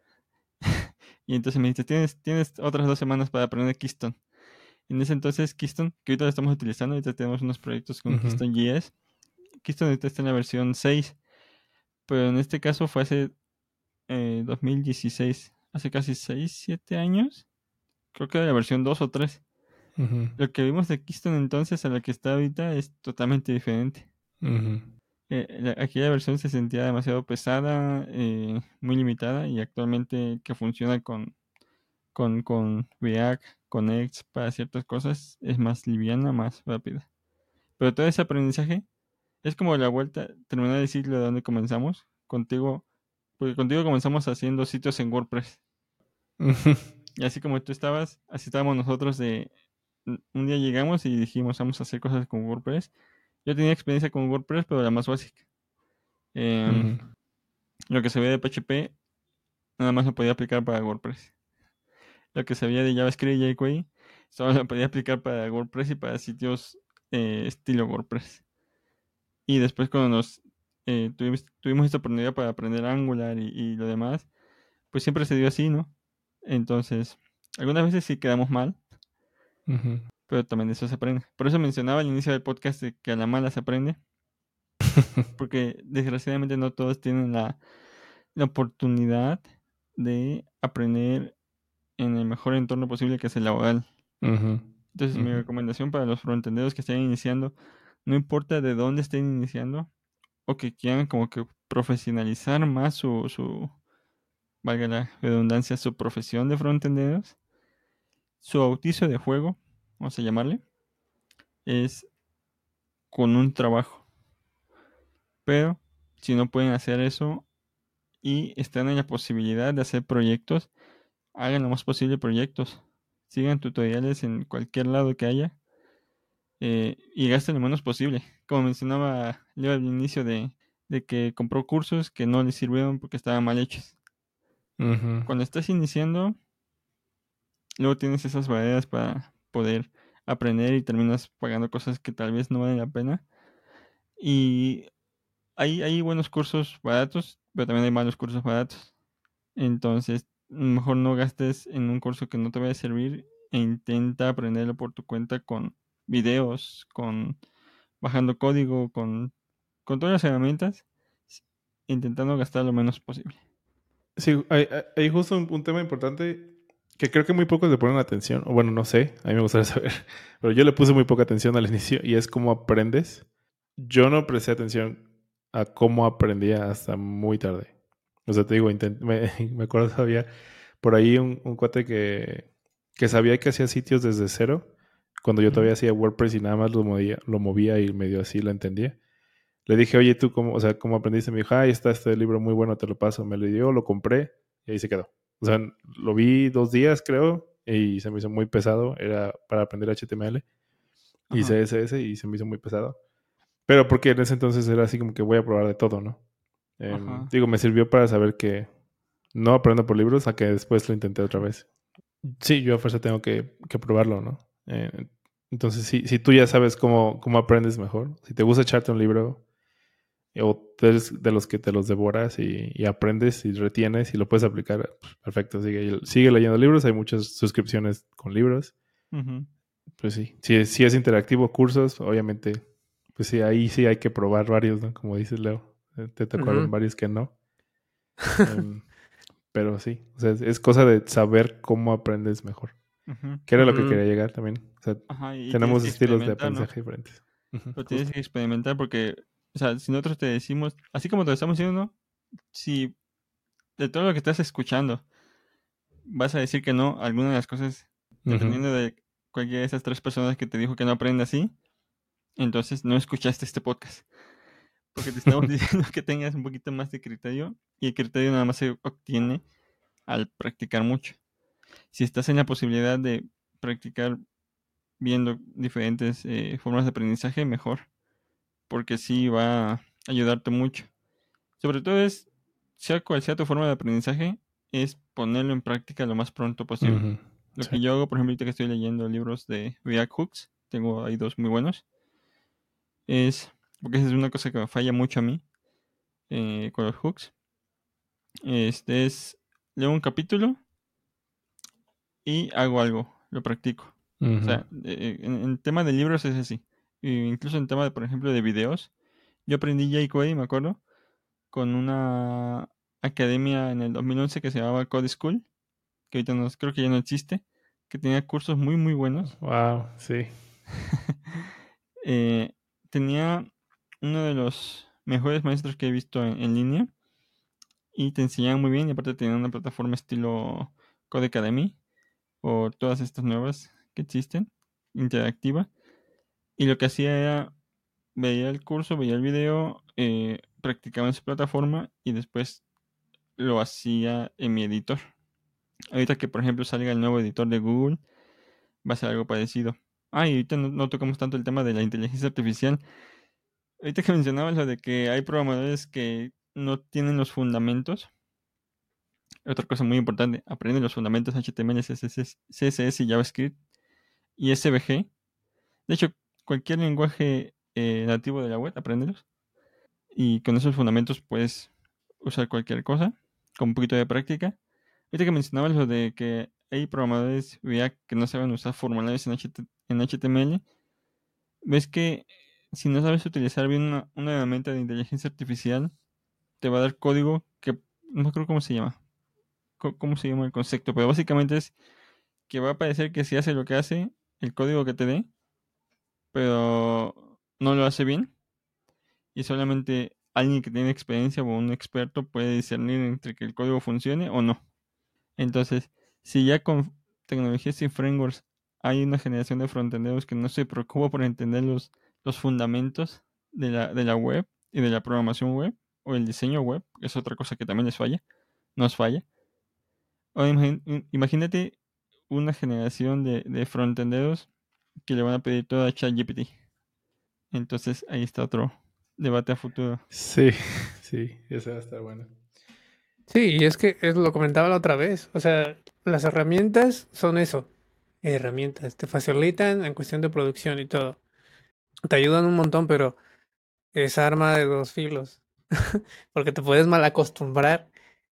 Y entonces me dijiste, tienes, tienes otras dos semanas para aprender Keystone. En ese entonces, Keystone, que ahorita lo estamos utilizando, ahorita tenemos unos proyectos con Ujú. Keystone J S. Keystone ahorita está en la versión seis, pero en este caso fue hace eh, dos mil dieciséis, hace casi seis siete años. Creo que era la versión dos o tres. Ujú. Lo que vimos de Keystone entonces a la que está ahorita es totalmente diferente. Ujú. Eh, la- aquella versión se sentía demasiado pesada, eh, muy limitada, y actualmente que funciona con, con, con React, con Next para ciertas cosas, es más liviana, más rápida. Pero todo ese aprendizaje es como la vuelta, terminar el ciclo de donde comenzamos, contigo, porque contigo comenzamos haciendo sitios en WordPress. Ujú. Y así como tú estabas, así estábamos nosotros de... Un día llegamos y dijimos, vamos a hacer cosas con WordPress. Yo tenía experiencia con WordPress, pero la más básica. Em, Ujú. lo que sabía de P H P, nada más lo podía aplicar para WordPress. Lo que sabía de JavaScript y jQuery, solo lo podía aplicar para WordPress y para sitios eh, estilo WordPress. Y después cuando nos eh, tuvimos, tuvimos esta oportunidad para aprender Angular y, y lo demás, pues siempre se dio así, ¿no? Entonces, algunas veces sí quedamos mal, Ujú. pero también de eso se aprende. Por eso mencionaba al inicio del podcast de que a la mala se aprende, porque desgraciadamente no todos tienen la, la oportunidad de aprender en el mejor entorno posible, que es el laboral. Ujú, Entonces, mi ujú, recomendación para los frontenderos que estén iniciando, no importa de dónde estén iniciando, o que quieran como que profesionalizar más su, su valga la redundancia, su profesión de frontenderos, su bautizo de juego, vamos a llamarle, es con un trabajo. Pero si no pueden hacer eso y están en la posibilidad de hacer proyectos, hagan lo más posible proyectos. Sigan tutoriales en cualquier lado que haya, eh, y gasten lo menos posible. Como mencionaba Leo al inicio de, de que compró cursos que no le sirvieron porque estaban mal hechos. ujú. Cuando estás iniciando, luego tienes esas barreras para poder aprender y terminas pagando cosas que tal vez no valen la pena. Y hay, hay buenos cursos baratos, pero también hay malos cursos baratos. Entonces, mejor no gastes en un curso que no te vaya a servir e intenta aprenderlo por tu cuenta con videos, con bajando código, con, con todas las herramientas, s- intentando gastar lo menos posible. Sí, hay, hay- hay justo un, un tema importante que creo que muy pocos le ponen atención. O bueno, no sé, a mí me gustaría saber. Pero yo le puse muy poca atención al inicio y es cómo aprendes. Yo no presté atención a cómo aprendía hasta muy tarde. O sea, te digo, intent- me, me acuerdo todavía por ahí un, un cuate que, que sabía que hacía sitios desde cero, cuando yo Ujú. todavía hacía WordPress y nada más lo movía, lo movía y medio así lo entendía. Le dije, oye, ¿tú cómo, o sea, cómo aprendiste? Me dijo, ah, ahí está este libro muy bueno, te lo paso. Me lo dio, lo compré y ahí se quedó. O sea, lo vi dos días, creo, y se me hizo muy pesado. Era para aprender H T M L y Ajá, C S S y se me hizo muy pesado. Pero porque en ese entonces era así como que voy a probar de todo, ¿no? Em, ajá. digo, me sirvió para saber que no aprendo por libros, a que después lo intenté otra vez. Sí, yo a fuerza tengo que, que probarlo, ¿no? Eh, entonces, si, si tú ya sabes cómo, cómo aprendes mejor, si te gusta echarte un libro o tú eres de los que te los devoras y, y aprendes y retienes y lo puedes aplicar, pues, perfecto, sigue, sigue leyendo libros, hay muchas suscripciones con libros, Ujú, pues sí, si, es- si es interactivo, cursos, obviamente, pues sí, ahí sí hay que probar varios, ¿no? Como dices, Leo, eh, te tocaron Ujú. varios que no. Em, pero sí, o sea, es, es cosa de saber cómo aprendes mejor. ujú. Que era lo que Ujú. quería llegar también. O sea, Ajá, y tienes tenemos que estilos de experimentar, ¿no? aprendizaje diferentes. Ujú, Lo tienes justo. que experimentar porque, o sea, si nosotros te decimos, así como te lo estamos diciendo, ¿no? Si de todo lo que estás escuchando vas a decir que no a alguna de las cosas, Ujú, dependiendo de cualquiera de esas tres personas que te dijo que no aprende así, entonces no escuchaste este podcast. Porque te estamos diciendo que tengas un poquito más de criterio y el criterio nada más se obtiene al practicar mucho. Si estás en la posibilidad de practicar viendo diferentes eh, formas de aprendizaje, mejor, porque sí va a ayudarte mucho. Sobre todo es, sea cual sea tu forma de aprendizaje, es ponerlo en práctica lo más pronto posible. ujú, Lo sí. que yo hago, por ejemplo, ahorita que estoy leyendo libros de React Hooks, tengo ahí dos muy buenos, es, porque esa es una cosa que me falla mucho a mí eh, con los hooks, este es, leo un capítulo y hago algo, lo practico. O Ujú. sea, eh, en, en tema de libros es así. E incluso en tema, de, por ejemplo, de videos. Yo aprendí jQuery, me acuerdo, con una academia en el dos mil once que se llamaba Code School, que ahorita no, creo que ya no existe, que tenía cursos muy, muy buenos. Wow, sí. Eh, tenía uno de los mejores maestros que he visto en, en línea y te enseñaban muy bien y aparte tenía una plataforma estilo Codecademy o todas estas nuevas que existen, interactiva. Y lo que hacía era, veía el curso, veía el video, eh, practicaba en su plataforma y después lo hacía en mi editor. Ahorita que, por ejemplo, salga el nuevo editor de Google, va a ser algo parecido. Ah, y ahorita no, no tocamos tanto el tema de la inteligencia artificial. Ahorita que mencionabas lo de que hay programadores que no tienen los fundamentos. Otra cosa muy importante, aprende los fundamentos H T M L, C S S, C S S y JavaScript y S V G. De hecho, cualquier lenguaje eh, nativo de la web, apréndelos. Y con esos fundamentos puedes usar cualquier cosa con un poquito de práctica. Ahorita que mencionabas lo de que hay programadores React que no saben usar formularios en en H T M L, ves que si no sabes utilizar bien una, una herramienta de inteligencia artificial, te va a dar código que no creo cómo se llama, co- cómo se llama el concepto, pero básicamente es que va a parecer que sí hace lo que hace el código que te dé, pero no lo hace bien y solamente alguien que tiene experiencia o un experto puede discernir entre que el código funcione o no. Entonces, si ya con tecnologías y frameworks hay una generación de frontenderos que no se preocupa por entender los, los fundamentos de la, de la web y de la programación web o el diseño web, que es otra cosa que también les falla, nos falla. Ahora imagín- imagínate una generación de, de frontenderos que le van a pedir todo a ChatGPT. Entonces ahí está otro debate a futuro. Sí, sí, eso va a estar bueno. Sí, y es que es lo comentaba la otra vez. O sea, las herramientas son eso, herramientas. Te facilitan en cuestión de producción y todo. Te ayudan un montón, pero es arma de dos filos. Porque te puedes mal acostumbrar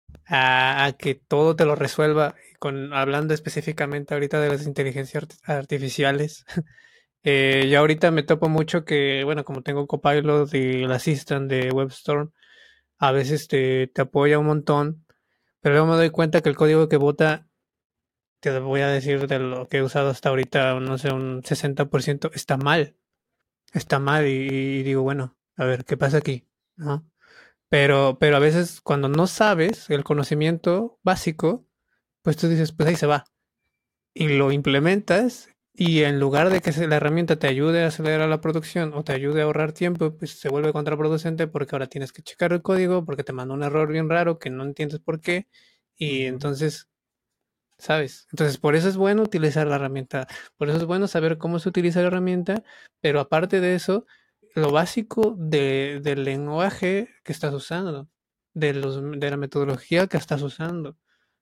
a, a que todo te lo resuelva. Con, hablando específicamente ahorita de las inteligencias arti- artificiales. Eh, yo ahorita me topo mucho que, bueno, como tengo Copilot y el Assistant de WebStorm, a veces te, te apoya un montón, pero luego me doy cuenta que el código que bota, te voy a decir de lo que he usado hasta ahorita, no sé, un sesenta por ciento está mal, está mal y, y digo, bueno, a ver, ¿qué pasa aquí? ¿No? Pero, pero a veces cuando no sabes el conocimiento básico, pues tú dices, pues ahí se va. Y lo implementas y en lugar de que se- la herramienta te ayude a acelerar la producción o te ayude a ahorrar tiempo, pues se vuelve contraproducente porque ahora tienes que checar el código porque te manda un error bien raro que no entiendes por qué y Ujú. entonces, ¿sabes? Entonces por eso es bueno utilizar la herramienta, por eso es bueno saber cómo se utiliza la herramienta, pero aparte de eso, lo básico de, del lenguaje que estás usando, de, los, de la metodología que estás usando,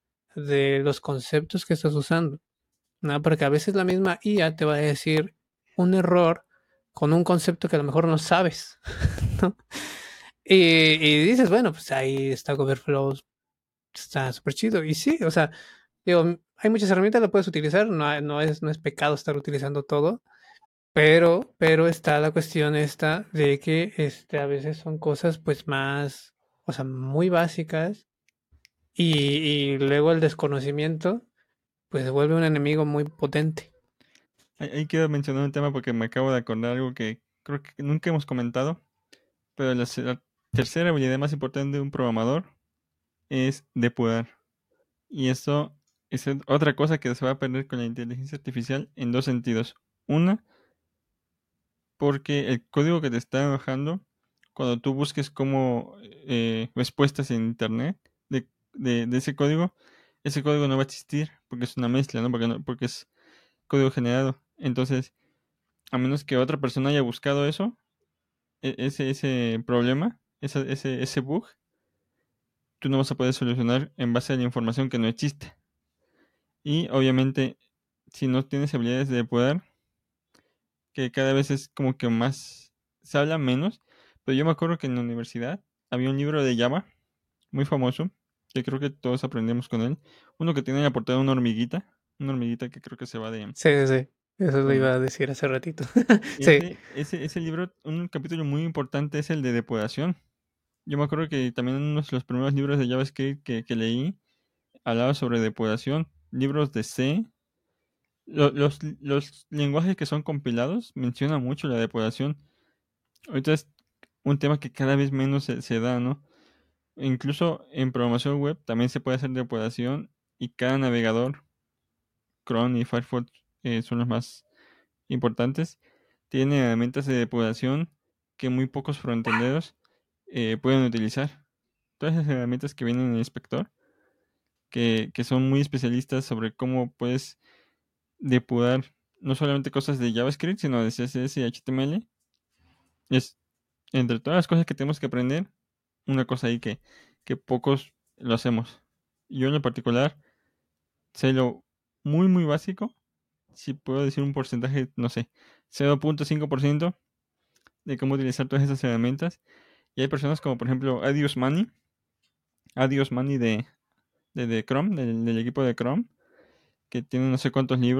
de los conceptos que estás usando. ¿No? Porque a veces la misma I A te va a decir un error con un concepto que a lo mejor no sabes, ¿no? Y, y dices, bueno, pues ahí está Overflow, está súper chido. Y sí, o sea, digo, hay muchas herramientas, las puedes utilizar, no, hay- no es, no es pecado estar utilizando todo, pero, pero está la cuestión esta de que este, a veces son cosas pues más, o sea, muy básicas y, y luego el desconocimiento pues se vuelve un enemigo muy potente. Ahí, ahí quiero mencionar un tema porque me acabo de acordar algo que creo que nunca hemos comentado, pero la, se- la tercera habilidad más importante de un programador es depurar. Y eso es ot- otra cosa que se va a perder con la inteligencia artificial en dos sentidos. Una, porque el código que te está arrojando, cuando tú busques como eh, respuestas en internet de, de- de ese código, ese código no va a existir porque es una mezcla, ¿no? Porque, no- porque es código generado. Entonces, a menos que otra persona haya buscado eso, e- ese, ese problema, esa- ese, ese bug, tú no vas a poder solucionar en base a la información que no existe. Y obviamente, si no tienes habilidades de poder, que cada vez es como que más, se habla menos, pero yo me acuerdo que en la universidad había un libro de Java muy famoso, que creo que todos aprendemos con él, uno que tiene en la portada una hormiguita, una hormiguita que creo que se va de... Sí, sí, sí. Eso lo Bueno, iba a decir hace ratito. Sí, ese, ese, ese libro, un capítulo muy importante es el de depuración. Yo me acuerdo que también en uno de los primeros libros de JavaScript que, que leí, hablaba sobre depuración, libros de C. Lo- los, los lenguajes que son compilados mencionan mucho la depuración. Ahorita es un tema que cada vez menos se, se da, ¿no? Incluso en programación web también se puede hacer depuración y cada navegador, Chrome y Firefox eh, son los más importantes, tiene herramientas de depuración que muy pocos frontenderos eh, pueden utilizar. Todas esas herramientas que vienen en el inspector, que, que son muy especialistas sobre cómo puedes depurar no solamente cosas de JavaScript, sino de C S S y H T M L. Es entre todas las cosas que tenemos que aprender, una cosa ahí que, que pocos lo hacemos. Yo en lo particular sé lo muy, muy básico, si puedo decir un porcentaje, no sé, cero punto cinco por ciento de cómo utilizar todas esas herramientas. Y hay personas como por ejemplo Adios Money, Adios Money de, de, de Chrome, del, del equipo de Chrome, que tiene no sé cuántos libros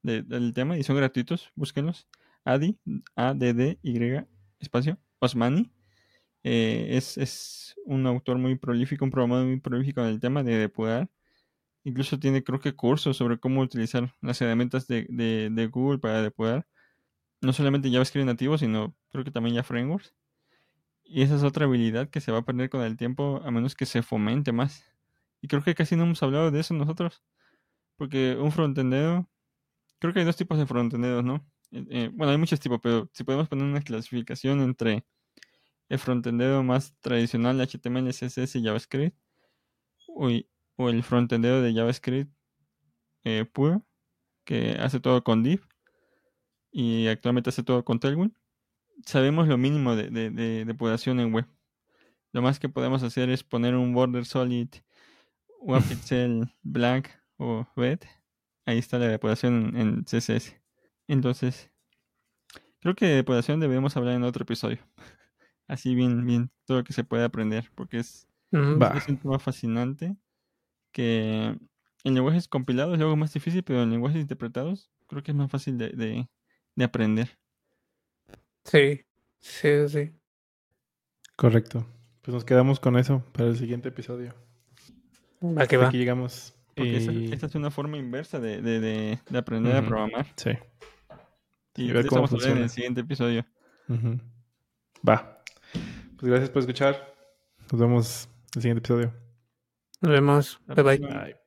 de- del tema y son gratuitos, búsquenlos. Adi, A D D Y, espacio, Osmani. Eh, es, es un autor muy prolífico, un programador muy prolífico en el tema de depurar. Incluso tiene, creo que, cursos sobre cómo utilizar las herramientas de, de, de Google para depurar. No solamente JavaScript nativo, sino creo que también ya frameworks. Y esa es otra habilidad que se va a perder con el tiempo, a menos que se fomente más. Y creo que casi no hemos hablado de eso nosotros. Porque un frontendero, creo que hay dos tipos de frontenderos, ¿no? Eh, eh, bueno, hay muchos tipos, pero si podemos poner una clasificación entre el frontendero más tradicional, H T M L, C S S y JavaScript, o, y- o el frontendero de JavaScript eh, puro, que hace todo con div y actualmente hace todo con Tailwind. Sabemos lo mínimo de, de, de depuración en web. Lo más que podemos hacer es poner un border solid, un pixel black o red. Ahí está la depuración en, en C S S. Entonces, creo que de depuración debemos hablar en otro episodio. Así bien, bien, todo lo que se puede aprender, porque es, Ujú. Va. es un tema fascinante que en lenguajes compilados es algo más difícil, pero en lenguajes interpretados creo que es más fácil de, de, de aprender. Sí, sí, sí. Correcto. Pues nos quedamos con eso para el siguiente episodio. Va que Hasta va. aquí llegamos. Porque esta, Y... esta es una forma inversa de, de, de, de aprender a Ujú. programar. Sí. Y Y de ver eso cómo vamos a hablar en funciona. el siguiente episodio. Ujú. Va. Pues gracias por escuchar. Nos vemos en el siguiente episodio. Nos vemos. La Bye bye. próxima- Bye.